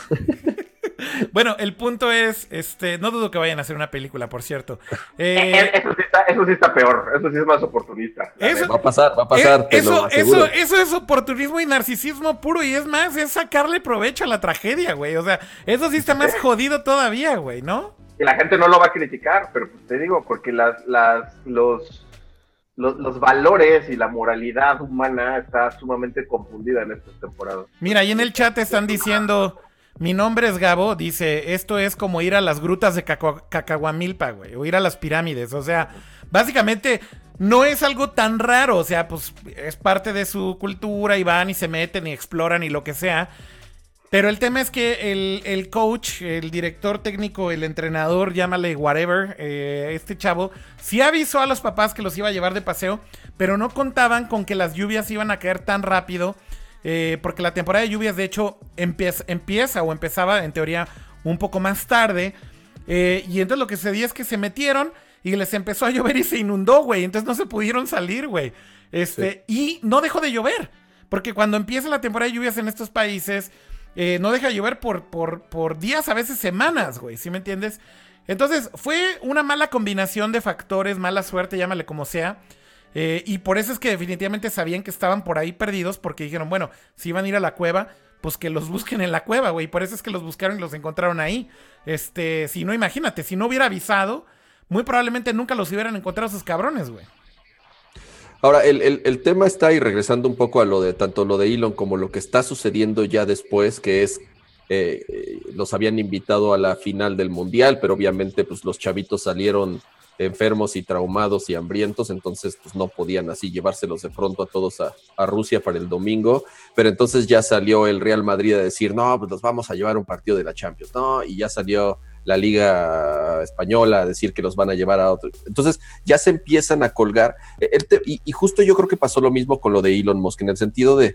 Bueno, el punto es, no dudo que vayan a hacer una película, por cierto. Eso sí está peor, eso sí es más oportunista. Va a pasar, eso es oportunismo y narcisismo puro, y es más, es sacarle provecho a la tragedia, güey. O sea, eso sí está más jodido todavía, güey, ¿no? Y la gente no lo va a criticar, pero pues te digo, porque los valores y la moralidad humana está sumamente confundida en estas temporadas. Mira, ahí en el chat están diciendo, mi nombre es Gabo, dice, esto es como ir a las grutas de Cacahuamilpa, güey, o ir a las pirámides, o sea, básicamente no es algo tan raro, o sea, pues es parte de su cultura y van y se meten y exploran y lo que sea. Pero el tema es que el coach, el director técnico, el entrenador, llámale whatever, este chavo, sí avisó a los papás que los iba a llevar de paseo, pero no contaban con que las lluvias iban a caer tan rápido, porque la temporada de lluvias de hecho empezaba en teoría un poco más tarde, y entonces lo que sucedía es que se metieron y les empezó a llover y se inundó, güey, entonces no se pudieron salir, güey, sí. Y no dejó de llover, porque cuando empieza la temporada de lluvias en estos países, no deja de llover por días, a veces semanas, güey, ¿sí me entiendes? Entonces fue una mala combinación de factores, mala suerte, llámale como sea, y por eso es que definitivamente sabían que estaban por ahí perdidos, porque dijeron, bueno, si iban a ir a la cueva, pues que los busquen en la cueva, güey, por eso es que los buscaron y los encontraron ahí. Si no, imagínate, si no hubiera avisado, muy probablemente nunca los hubieran encontrado esos cabrones, güey. Ahora, el tema está, y regresando un poco a lo de tanto lo de Elon como lo que está sucediendo ya después, que es, los habían invitado a la final del Mundial, pero obviamente pues los chavitos salieron enfermos y traumados y hambrientos, entonces pues no podían así llevárselos de pronto a todos a Rusia para el domingo, pero entonces ya salió el Real Madrid a decir, no, pues los vamos a llevar a un partido de la Champions, no, y ya salió la Liga Española a decir que los van a llevar a otro. Entonces ya se empiezan a colgar. Y justo yo creo que pasó lo mismo con lo de Elon Musk, en el sentido de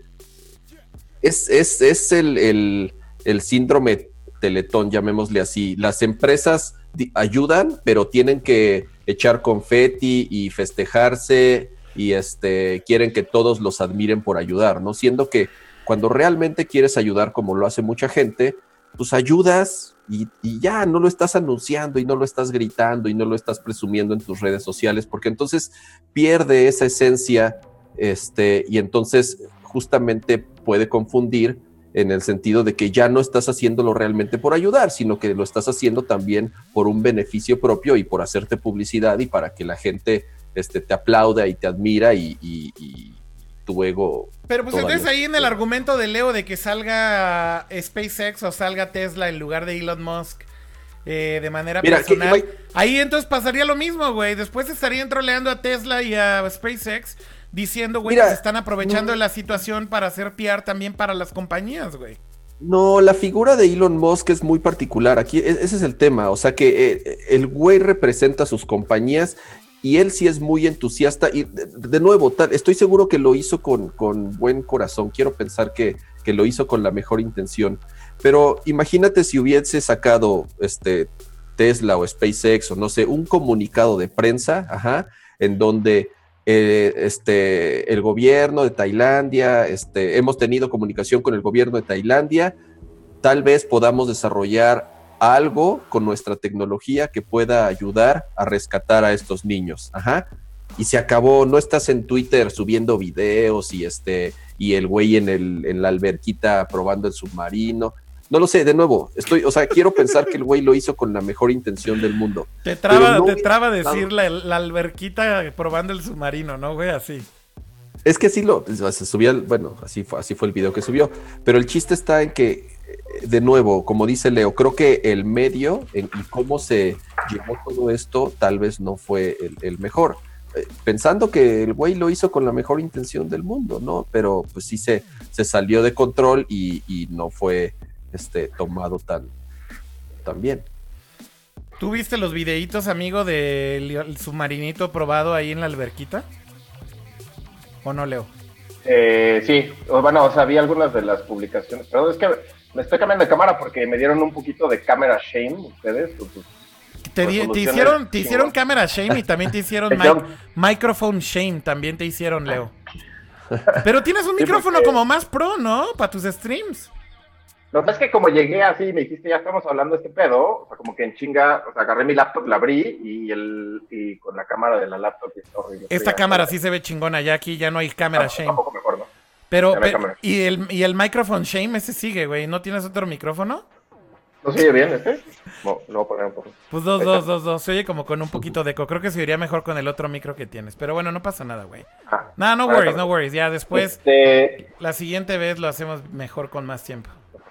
es el síndrome Teletón, llamémosle así. Las empresas ayudan, pero tienen que echar confeti y festejarse y quieren que todos los admiren por ayudar, ¿no? Siendo que Cuando realmente quieres ayudar, como lo hace mucha gente, pues ayudas y ya no lo estás anunciando y no lo estás gritando y no lo estás presumiendo en tus redes sociales, porque entonces pierde esa esencia, y entonces justamente puede confundir en el sentido de que ya no estás haciéndolo realmente por ayudar, sino que lo estás haciendo también por un beneficio propio y por hacerte publicidad y para que la gente te aplauda y te admira y tu ego. Pero pues entonces ahí en el argumento de Leo de que salga SpaceX o salga Tesla en lugar de Elon Musk de manera personal, ahí entonces pasaría lo mismo, güey. Después estarían troleando a Tesla y a SpaceX diciendo, güey, que se están aprovechando de la situación para hacer PR también para las compañías, güey. No, la figura de Elon Musk es muy particular. Aquí ese es el tema. O sea que el güey representa a sus compañías y él sí es muy entusiasta. Y de nuevo, estoy seguro que lo hizo con buen corazón. Quiero pensar que lo hizo con la mejor intención. Pero imagínate si hubiese sacado Tesla o SpaceX o no sé, un comunicado de prensa, en donde el gobierno de Tailandia, hemos tenido comunicación con el gobierno de Tailandia, tal vez podamos desarrollar algo con nuestra tecnología que pueda ayudar a rescatar a estos niños, y se acabó. No estás en Twitter subiendo videos y el güey en la alberquita probando el submarino. No lo sé, de nuevo, quiero pensar que el güey lo hizo con la mejor intención del mundo. Te traba decir la alberquita probando el submarino, ¿no, güey? Así. Es que así se subía, bueno, así fue el video que subió. Pero el chiste está en que, de nuevo, como dice Leo, creo que el medio y cómo se llevó todo esto tal vez no fue el mejor. Pensando que el güey lo hizo con la mejor intención del mundo, ¿no? Pero pues sí se salió de control y no fue tomado tan bien. ¿Tú viste los videitos, amigo, del submarinito probado ahí en la alberquita? ¿O no, Leo? Sí, bueno, o sea, vi algunas de las publicaciones, pero es que me estoy cambiando de cámara porque me dieron un poquito de cámara shame ustedes. Te hicieron cámara shame y también te hicieron microphone shame, también te hicieron, Leo. Pero tienes un micrófono como más pro, ¿no? Para tus streams. Lo que pasa es que como llegué así, me dijiste, ya estamos hablando de este pedo, o sea, como que en chinga, o sea, agarré mi laptop, la abrí y con la cámara de la laptop está horrible. Esta cámara sí se ve chingona, ya aquí ya no hay cámara shame. Tampoco mejor, ¿no? Pero ¿y el microphone shame ese sigue, güey? ¿No tienes otro micrófono? ¿No se oye bien No, lo voy a poner un poco. Pues dos. Se oye como con un poquito de eco. Creo que se oiría mejor con el otro micro que tienes. Pero bueno, no pasa nada, güey. No worries. Ya después, la siguiente vez lo hacemos mejor con más tiempo.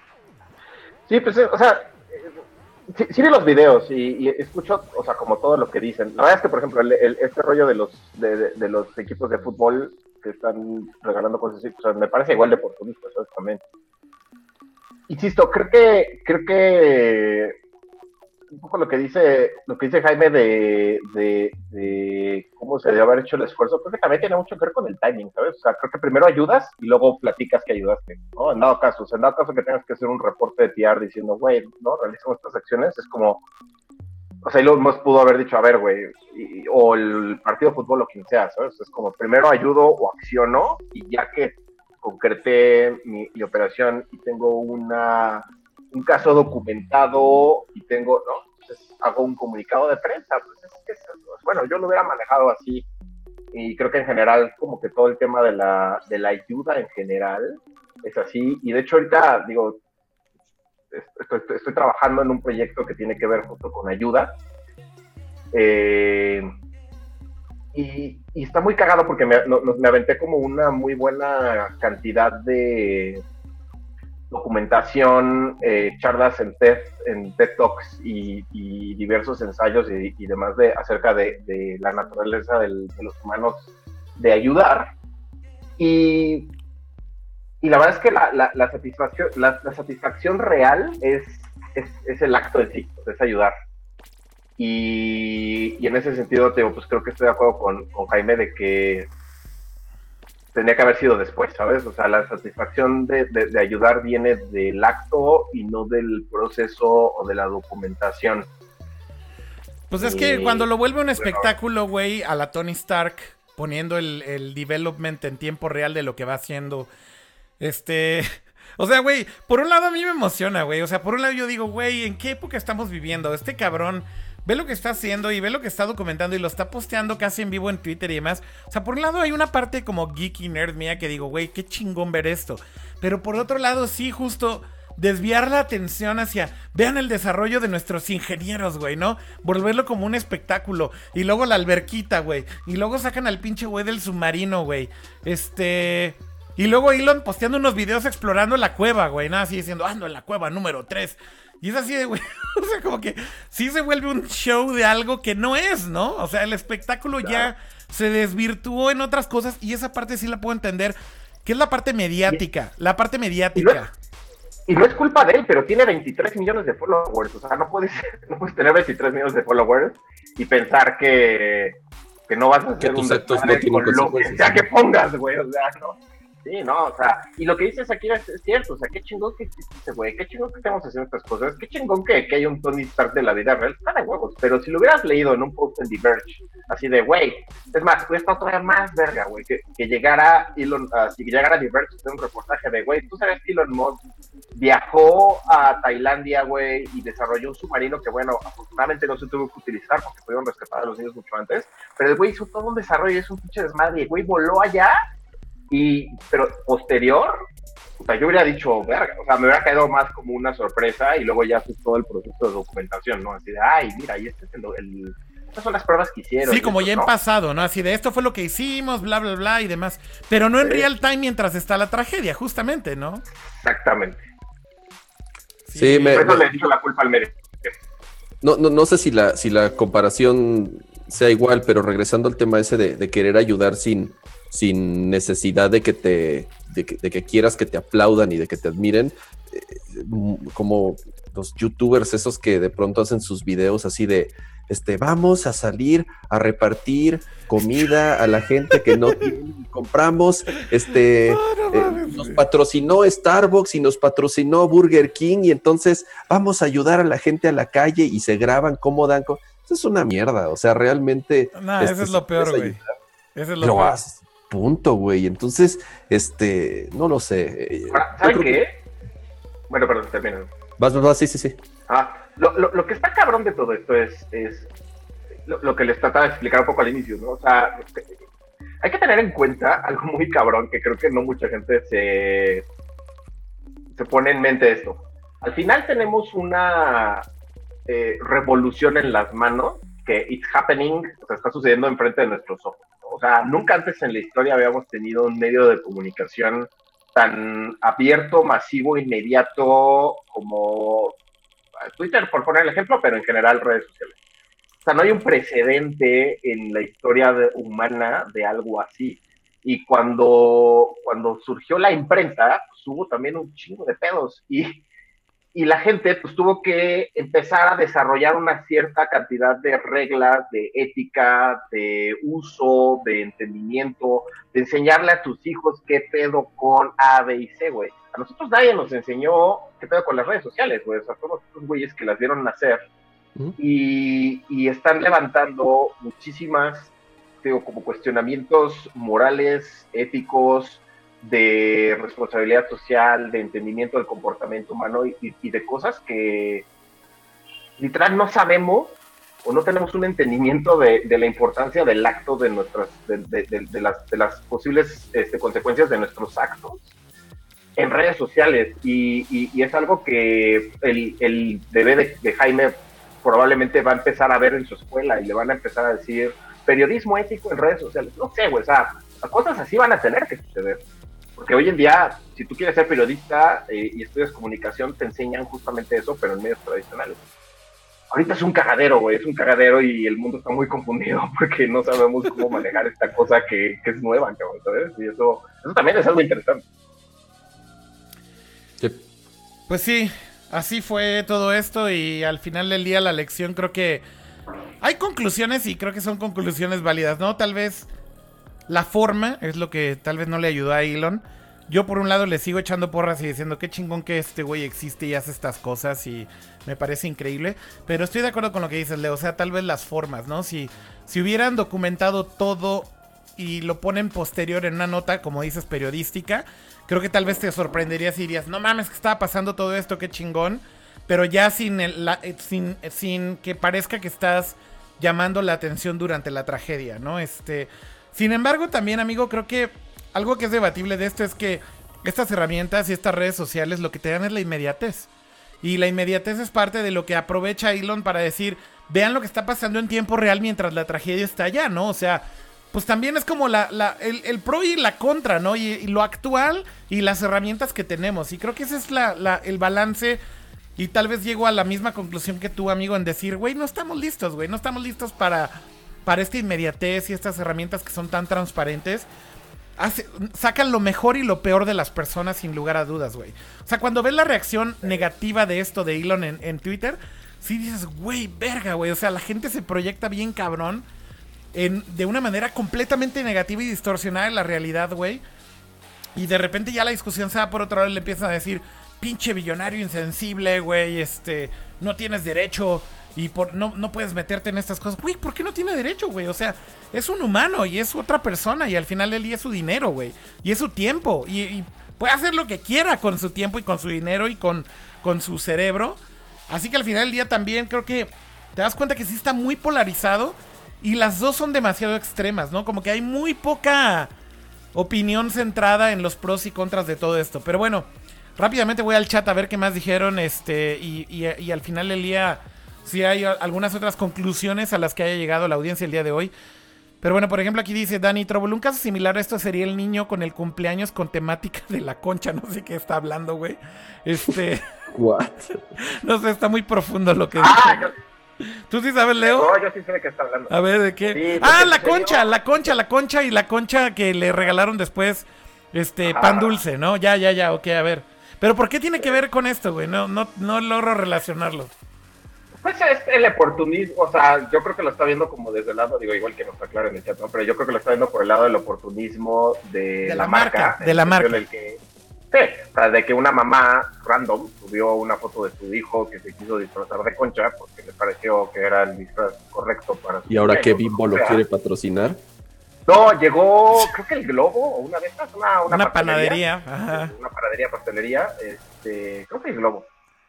Sí, pues, o sea, sí vi los videos y escucho, o sea, como todo lo que dicen. La verdad es que, por ejemplo, este rollo de los equipos de fútbol que están regalando cosas así, o sea, me parece igual de oportunista, ¿sabes? También. Insisto, creo que un poco lo que dice Jaime de cómo se debe haber hecho el esfuerzo, creo que también tiene mucho que ver con el timing, ¿sabes? O sea, creo que primero ayudas y luego platicas que ayudaste, ¿no? En dado caso que tengas que hacer un reporte de PR diciendo, güey, ¿no? Realizamos estas acciones, es como, o sea, y luego más pudo haber dicho, a ver, güey, o el partido de fútbol o quien sea, ¿sabes? Es como, primero ayudo o acciono y ya que concreté mi operación y tengo un caso documentado y tengo, ¿no? Entonces hago un comunicado de prensa, pues bueno, yo lo hubiera manejado así y creo que en general como que todo el tema de la ayuda en general es así y de hecho ahorita digo, estoy trabajando en un proyecto que tiene que ver justo con ayuda y está muy cagado porque me aventé como una muy buena cantidad de documentación, charlas en TED Talks y diversos ensayos y demás acerca de la naturaleza de los humanos de ayudar. Y la verdad es que la satisfacción real es el acto en sí, es ayudar. Y en ese sentido, pues creo que estoy de acuerdo con Jaime de que tenía que haber sido después, ¿sabes? O sea, la satisfacción de ayudar viene del acto y no del proceso o de la documentación. Pues es que cuando lo vuelve un espectáculo, güey, a la Tony Stark, poniendo el development en tiempo real de lo que va haciendo, O sea, güey, por un lado a mí me emociona, güey. O sea, por un lado yo digo, güey, ¿en qué época estamos viviendo? Este cabrón ve lo que está haciendo y ve lo que está documentando y lo está posteando casi en vivo en Twitter y demás. O sea, por un lado hay una parte como geeky nerd mía que digo, güey, qué chingón ver esto. Pero por otro lado, sí, justo desviar la atención hacia, vean el desarrollo de nuestros ingenieros, güey, ¿no? Volverlo como un espectáculo. Y luego la alberquita, güey. Y luego sacan al pinche güey del submarino, güey. Y luego Elon posteando unos videos explorando la cueva, güey, ¿no? Así diciendo, ando en la cueva número 3. Y es así de, güey, o sea, como que sí se vuelve un show de algo que no es, ¿no? O sea, el espectáculo ya se desvirtuó en otras cosas y esa parte sí la puedo entender, que es la parte mediática, la parte mediática. Y no es culpa de él, pero tiene 23 millones de followers, o sea, no puedes tener 23 millones de followers y pensar que no vas a hacer tus un actos no desmadre tienen con lo que consecuencias, sea ¿no? que pongas, güey, o sea, no. Sí, no, o sea, y lo que dices aquí es cierto, o sea, qué chingón que existe, güey, qué chingón que estamos haciendo estas cosas, qué chingón que hay un Tony Stark de la vida real, está de huevos, pero si lo hubieras leído en un post en Diverge, así de, güey, es más, cuesta todavía más verga, güey, que llegara Elon, si llegara Diverge, hacer un reportaje de, güey, tú sabes que Elon Musk viajó a Tailandia, güey, y desarrolló un submarino que, bueno, afortunadamente no se tuvo que utilizar porque pudieron rescatar a los niños mucho antes, pero el güey hizo todo un desarrollo, es un pinche desmadre, y el güey voló allá. Pero posterior, o sea, yo hubiera dicho, verga, o sea, me hubiera quedado más como una sorpresa y luego ya fue todo el proceso de documentación, ¿no? Así de, ay, mira, y estas son las pruebas que hicieron. Sí, como esto, ya en ¿no? pasado, ¿no? Así de, esto fue lo que hicimos, bla, bla, bla y demás. Pero no en real time mientras está la tragedia, justamente, ¿no? Exactamente. Sí, Por eso le echo la culpa al medio. No sé si la comparación sea igual, pero regresando al tema ese de querer ayudar sin necesidad de que quieras que te aplaudan y de que te admiren, como los youtubers esos que de pronto hacen sus videos así de vamos a salir a repartir comida a la gente que no tiene, compramos, nos patrocinó Starbucks y nos patrocinó Burger King y entonces vamos a ayudar a la gente a la calle y se graban cómo dan. Eso es una mierda, o sea, realmente. No, eso es lo peor, güey. Eso es lo peor. Haces, punto, güey. Entonces, no lo sé. Ahora, ¿saben qué? Bueno, perdón, termina. Vas, sí. Lo que está cabrón de todo esto es lo que les trataba de explicar un poco al inicio, ¿no? O sea, hay que tener en cuenta algo muy cabrón que creo que no mucha gente se pone en mente esto. Al final tenemos una revolución en las manos que it's happening, o sea, está sucediendo enfrente de nuestros ojos, ¿no? O sea, nunca antes en la historia habíamos tenido un medio de comunicación tan abierto, masivo, inmediato como Twitter, por poner el ejemplo, pero en general redes sociales. O sea, no hay un precedente en la historia humana de algo así. Y cuando surgió la imprenta, pues hubo también un chingo de pedos. Y la gente pues tuvo que empezar a desarrollar una cierta cantidad de reglas, de ética, de uso, de entendimiento, de enseñarle a tus hijos qué pedo con A, B y C, güey. A nosotros nadie nos enseñó qué pedo con las redes sociales, güey. O sea, todos estos güeyes que las vieron nacer y están levantando muchísimas, digo, como cuestionamientos morales, éticos, de responsabilidad social, de entendimiento del comportamiento humano y de cosas que literal no sabemos o no tenemos un entendimiento de la importancia del acto de nuestras de las posibles consecuencias de nuestros actos en redes sociales y es algo que el bebé de Jaime probablemente va a empezar a ver en su escuela y le van a empezar a decir periodismo ético en redes sociales, no sé, güey, o sea, cosas así van a tener que suceder. Porque hoy en día, si tú quieres ser periodista y estudias comunicación, te enseñan justamente eso, pero en medios tradicionales. Ahorita es un cagadero, güey, es un cagadero y el mundo está muy confundido porque no sabemos cómo manejar esta cosa que es nueva, cabrón, ¿sabes? Y eso también es algo interesante. Sí. Pues sí, así fue todo esto y al final del día la lección creo que hay conclusiones y creo que son conclusiones válidas, ¿no? Tal vez la forma es lo que tal vez no le ayudó a Elon. Yo por un lado le sigo echando porras y diciendo qué chingón que este güey existe y hace estas cosas y me parece increíble. Pero estoy de acuerdo con lo que dices, Leo. O sea, tal vez las formas, ¿no? Si hubieran documentado todo y lo ponen posterior en una nota, como dices, periodística, creo que tal vez te sorprenderías y dirías, no mames, que estaba pasando todo esto, qué chingón. Pero ya sin que parezca que estás llamando la atención durante la tragedia, ¿no? Sin embargo, también, amigo, creo que algo que es debatible de esto es que estas herramientas y estas redes sociales lo que te dan es la inmediatez. Y la inmediatez es parte de lo que aprovecha Elon para decir, vean lo que está pasando en tiempo real mientras la tragedia está allá, ¿no? O sea, pues también es como el pro y la contra, ¿no? Y lo actual y las herramientas que tenemos. Y creo que ese es el balance. Y tal vez llego a la misma conclusión que tú, amigo, en decir, güey, no estamos listos, güey. No estamos listos para esta inmediatez y estas herramientas que son tan transparentes. Sacan lo mejor y lo peor de las personas sin lugar a dudas, güey. O sea, cuando ves la reacción negativa de esto de Elon en Twitter, sí dices, güey, verga, güey. O sea, la gente se proyecta bien cabrón de una manera completamente negativa y distorsionada en la realidad, güey. Y de repente ya la discusión se va por otro lado y le empiezan a decir, pinche billonario insensible, güey, no tienes derecho y no puedes meterte en estas cosas. Güey, ¿por qué no tiene derecho, güey? O sea, es un humano y es otra persona y al final del día es su dinero, güey. Y es su tiempo y puede hacer lo que quiera con su tiempo y con su dinero y con su cerebro. Así que al final del día también creo que te das cuenta que sí está muy polarizado y las dos son demasiado extremas, ¿no? Como que hay muy poca opinión centrada en los pros y contras de todo esto. Pero bueno, rápidamente voy al chat a ver qué más dijeron, y al final del día si hay algunas otras conclusiones a las que haya llegado la audiencia el día de hoy. Pero bueno, por ejemplo, aquí dice Dani Trouble, un caso similar a esto sería el niño con el cumpleaños con temática de la concha. No sé qué está hablando, güey. What? No sé, está muy profundo lo que dice. ¿Tú sí sabes, Leo? No, yo sí sé de qué está hablando. A ver, ¿de qué? Sí, La concha y la concha que le regalaron después, pan dulce, ¿no? Ya, ok, a ver. Pero ¿por qué tiene que ver con esto, güey? No logro relacionarlo. Pues es el oportunismo, o sea, yo creo que lo está viendo como desde el lado, digo, igual que nos aclara en el chat, ¿no? Pero yo creo que lo está viendo por el lado del oportunismo de la marca. De la marca. Sí, o sea, de que una mamá random subió una foto de su hijo que se quiso disfrazar de concha porque le pareció que era el disfraz correcto para su ¿Y ahora que niño, Bimbo lo quiere patrocinar? No, llegó, creo que el Globo, o una de estas, una panadería. Ajá. Una panadería, pastelería, creo que el Globo.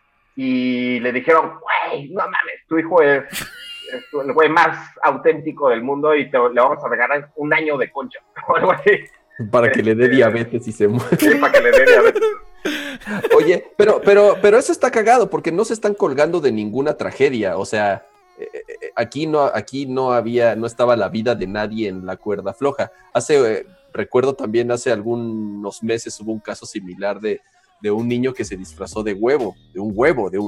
Y le dijeron, güey, no mames, tu hijo es el güey más auténtico del mundo y le vamos a regalar un año de concha o algo así. Para que le dé diabetes y se muera. Sí, para que le dé diabetes. Oye, pero eso está cagado porque no se están colgando de ninguna tragedia. O sea, aquí no estaba la vida de nadie en la cuerda floja. Recuerdo también hace algunos meses hubo un caso similar de un niño que se disfrazó de huevo, de un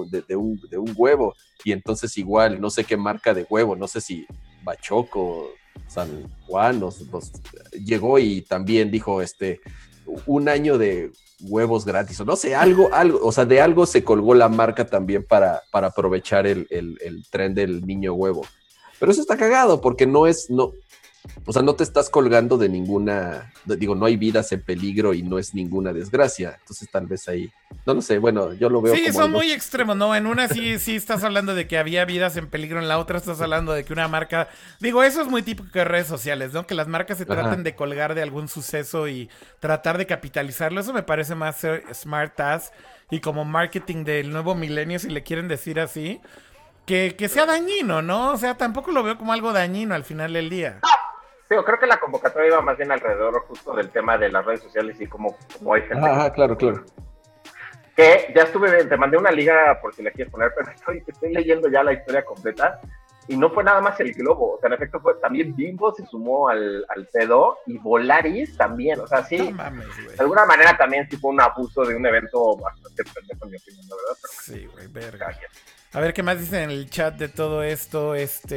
huevo, y entonces igual, no sé qué marca de huevo, no sé si Bachoco, San Juan, llegó y también dijo, un año de huevos gratis, o no sé, algo, o sea, de algo se colgó la marca también para aprovechar el tren del niño huevo. Pero eso está cagado, porque o sea, no te estás colgando de ninguna, no hay vidas en peligro y no es ninguna desgracia. Entonces tal vez ahí, no lo sé, bueno, yo lo veo sí, como... Sí, son muy extremos, ¿no? En una sí estás hablando de que había vidas en peligro, en la otra estás hablando de que una marca... eso es muy típico de redes sociales, ¿no? Que las marcas se traten de colgar de algún suceso y tratar de capitalizarlo. Eso me parece más ser smart ass y como marketing del nuevo milenio, si le quieren decir así, que sea dañino, ¿no? O sea, tampoco lo veo como algo dañino al final del día. Sí, creo que la convocatoria iba más bien alrededor justo del tema de las redes sociales y cómo hay gente. Claro. Que ya te mandé una liga por si la quieres poner, pero estoy leyendo ya la historia completa y no fue nada más el Globo, o sea, en efecto fue también Bimbo se sumó al pedo y Volaris también, o sea, sí, no mames, de alguna manera también sí fue un abuso de un evento bastante pendejo en mi opinión, la verdad. Pero sí, güey, verga. A ver qué más dicen en el chat de todo esto,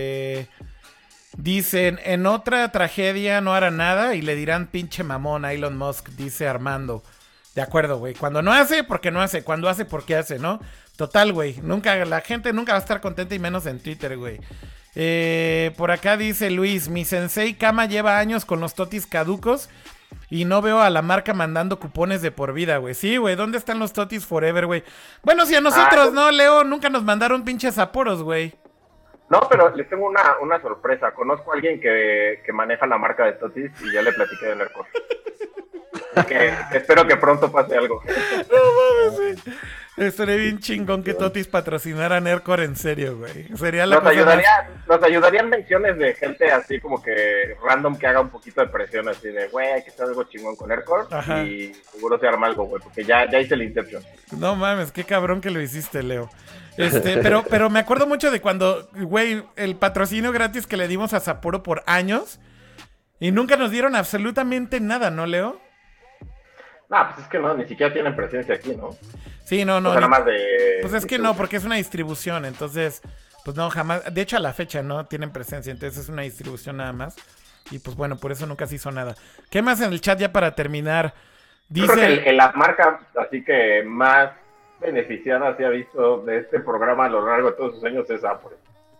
Dicen, en otra tragedia no hará nada y le dirán pinche mamón a Elon Musk, dice Armando. De acuerdo, güey. Cuando no hace, porque no hace. Cuando hace, porque hace, ¿no? Total, güey. La gente nunca va a estar contenta y menos en Twitter, güey. Por acá dice Luis, mi sensei Kama lleva años con los totis caducos y no veo a la marca mandando cupones de por vida, güey. Sí, güey, ¿dónde están los totis forever, güey? Bueno, si a nosotros, ¿no, Leo? Nunca nos mandaron pinches Saporos, güey. No, pero les tengo una sorpresa. Conozco a alguien que maneja la marca de Totis y ya le platiqué de Nerdcore. Que espero que pronto pase algo. No mames, güey. Estaría bien chingón que Totis patrocinara a Nerdcore en serio, güey. Sería la Nos ayudarían menciones de gente así como que random que haga un poquito de presión así de, güey, hay que hacer algo chingón con Nerdcore. Ajá. Y seguro se arma algo, güey, porque ya hice el Inception. No mames, qué cabrón que lo hiciste, Leo. Pero me acuerdo mucho de cuando, güey, el patrocinio gratis que le dimos a Sapporo por años y nunca nos dieron absolutamente nada, ¿no, Leo? No, pues es que no, ni siquiera tienen presencia aquí, ¿no? Sí, no. O sea, nada más de... Pues es que no, porque es una distribución, entonces, pues no, jamás. De hecho, a la fecha no tienen presencia, entonces es una distribución nada más. Y pues bueno, por eso nunca se hizo nada. ¿Qué más en el chat ya para terminar? Dice... Yo creo que la marca, así que más beneficiada se ha visto de este programa a lo largo de todos sus años es Apple.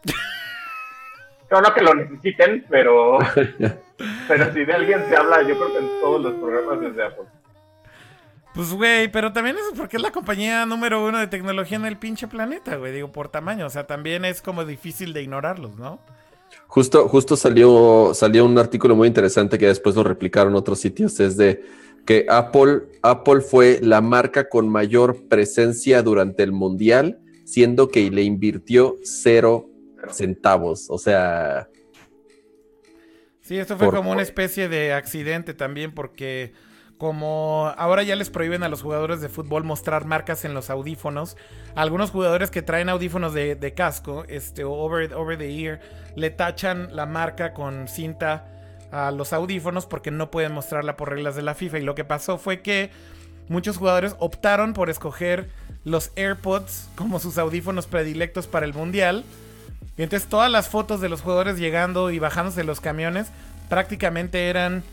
No que lo necesiten, pero si de alguien se habla, yo creo que en todos los programas es de Apple. Pues, güey, pero también es porque es la compañía número 1 de tecnología en el pinche planeta, güey. Digo, por tamaño. O sea, también es como difícil de ignorarlos, ¿no? Justo salió un artículo muy interesante que después lo replicaron otros sitios. Es de que Apple fue la marca con mayor presencia durante el Mundial, siendo que le invirtió 0 centavos. O sea... Sí, esto fue como una especie de accidente también porque... Como ahora ya les prohíben a los jugadores de fútbol mostrar marcas en los audífonos, algunos jugadores que traen audífonos de casco, over the ear, le tachan la marca con cinta a los audífonos porque no pueden mostrarla por reglas de la FIFA. Y lo que pasó fue que muchos jugadores optaron por escoger los AirPods como sus audífonos predilectos para el Mundial. Y entonces todas las fotos de los jugadores llegando y bajándose de los camiones prácticamente eran...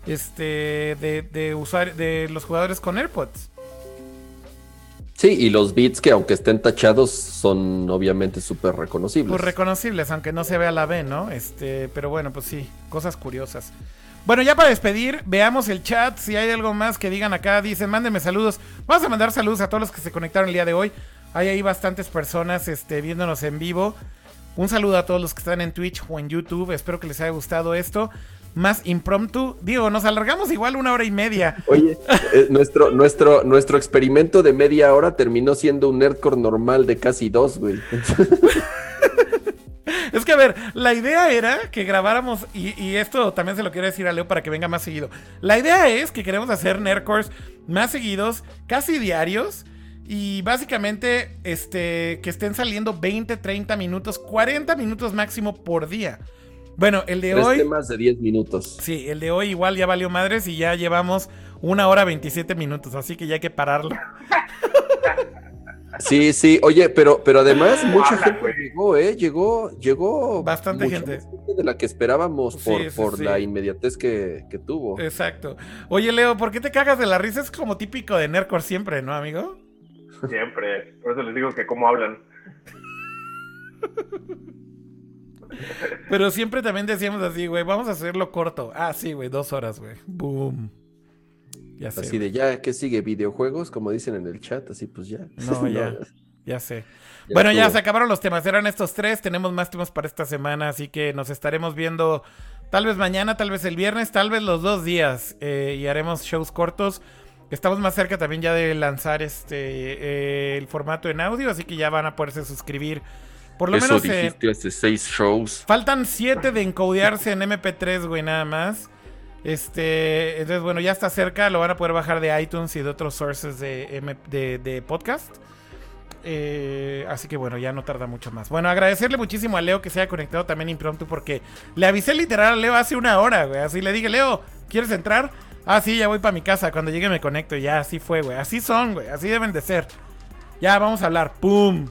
de los jugadores con AirPods. Sí, y los beats que aunque estén tachados son obviamente súper reconocibles. Pues reconocibles, aunque no se vea la B, ¿no? Pero bueno, pues sí, cosas curiosas. Bueno, ya para despedir, veamos el chat, si hay algo más que digan acá, dicen, mándenme saludos. Vamos a mandar saludos a todos los que se conectaron el día de hoy. Hay ahí bastantes personas viéndonos en vivo. Un saludo a todos los que están en Twitch o en YouTube, espero que les haya gustado esto. Más impromptu, digo, nos alargamos igual 1 hora y media. Oye, nuestro experimento de media hora terminó siendo un Nerdcore normal de casi 2, güey. Es que a ver, la idea era que grabáramos, y esto también se lo quiero decir a Leo para que venga más seguido. La idea es que queremos hacer Nerdcores más seguidos, casi diarios, y básicamente que estén saliendo 20, 30 minutos, 40 minutos máximo por día. Bueno, el de hoy... más de 10 minutos. Sí, el de hoy igual ya valió madres y ya llevamos 1 hora 27 minutos, así que ya hay que pararlo. Sí, oye, pero además mucha gente llegó bastante gente de la que esperábamos por sí. La inmediatez que tuvo. Exacto. Oye, Leo, ¿por qué te cagas de la risa? Es como típico de Nerdcore siempre, ¿no, amigo? Siempre, por eso les digo que cómo hablan. Pero siempre también decíamos así, güey, vamos a hacerlo corto. Ah, sí, güey, 2 horas, güey. Boom. Ya sé. Así de ya, ¿qué sigue? ¿Videojuegos? Como dicen en el chat, así pues ya. No, ya sé. Bueno, ya se acabaron los temas, eran estos 3. Tenemos más temas para esta semana, así que nos estaremos viendo tal vez mañana, tal vez el viernes, tal vez los 2 días. Y haremos shows cortos. Estamos más cerca también ya de lanzar el formato en audio, así que ya van a poderse suscribir. Por lo menos dijiste hace 6 shows. Faltan 7 de encodearse en MP3, güey, nada más. Entonces, bueno, ya está cerca. Lo van a poder bajar de iTunes y de otros sources de podcast. Así que bueno, ya no tarda mucho más. Bueno, agradecerle muchísimo a Leo que se haya conectado también impromptu, porque le avisé literal a Leo hace 1 hora, güey. Así le dije, Leo, ¿quieres entrar? Ah, sí, ya voy para mi casa. Cuando llegue me conecto. Ya, así fue, güey. Así son, güey. Así deben de ser. Ya, vamos a hablar. ¡Pum!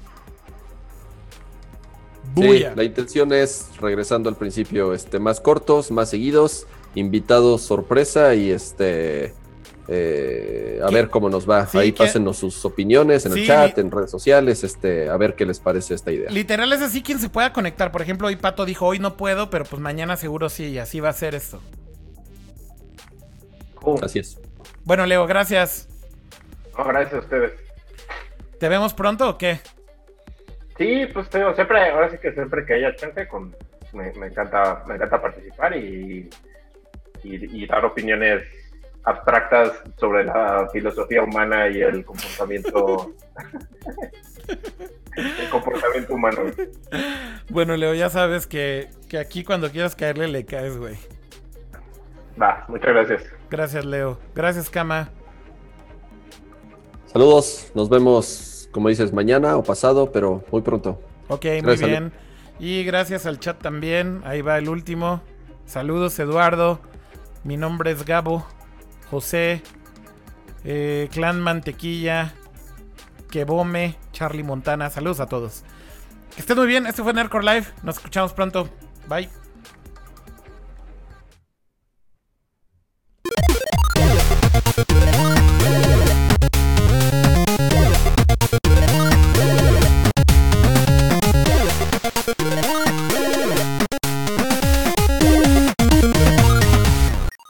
Sí, la intención es, regresando al principio, más cortos, más seguidos, invitados sorpresa y a ver cómo nos va. Sí, ahí pásennos sus opiniones en el chat, en redes sociales, a ver qué les parece esta idea. Literal es así quien se pueda conectar. Por ejemplo, hoy Pato dijo, hoy no puedo, pero pues mañana seguro sí, y así va a ser esto. Así es. Bueno, Leo, gracias. No, gracias a ustedes. ¿Te vemos pronto o qué? Sí, pues te digo, siempre, ahora sí que siempre que haya chance, me encanta participar y dar opiniones abstractas sobre la filosofía humana y el comportamiento humano. Bueno, Leo, ya sabes que aquí cuando quieras caerle, le caes, güey. Va, muchas gracias. Gracias, Leo. Gracias, Kama. Saludos, nos vemos, como dices, mañana o pasado, pero muy pronto. Ok, Gracias, muy bien. Y gracias al chat también. Ahí va el último. Saludos, Eduardo. Mi nombre es Gabo. José. Clan Mantequilla. Kebome. Charlie Montana. Saludos a todos. Que estén muy bien. Este fue Nerdcore Live. Nos escuchamos pronto. Bye.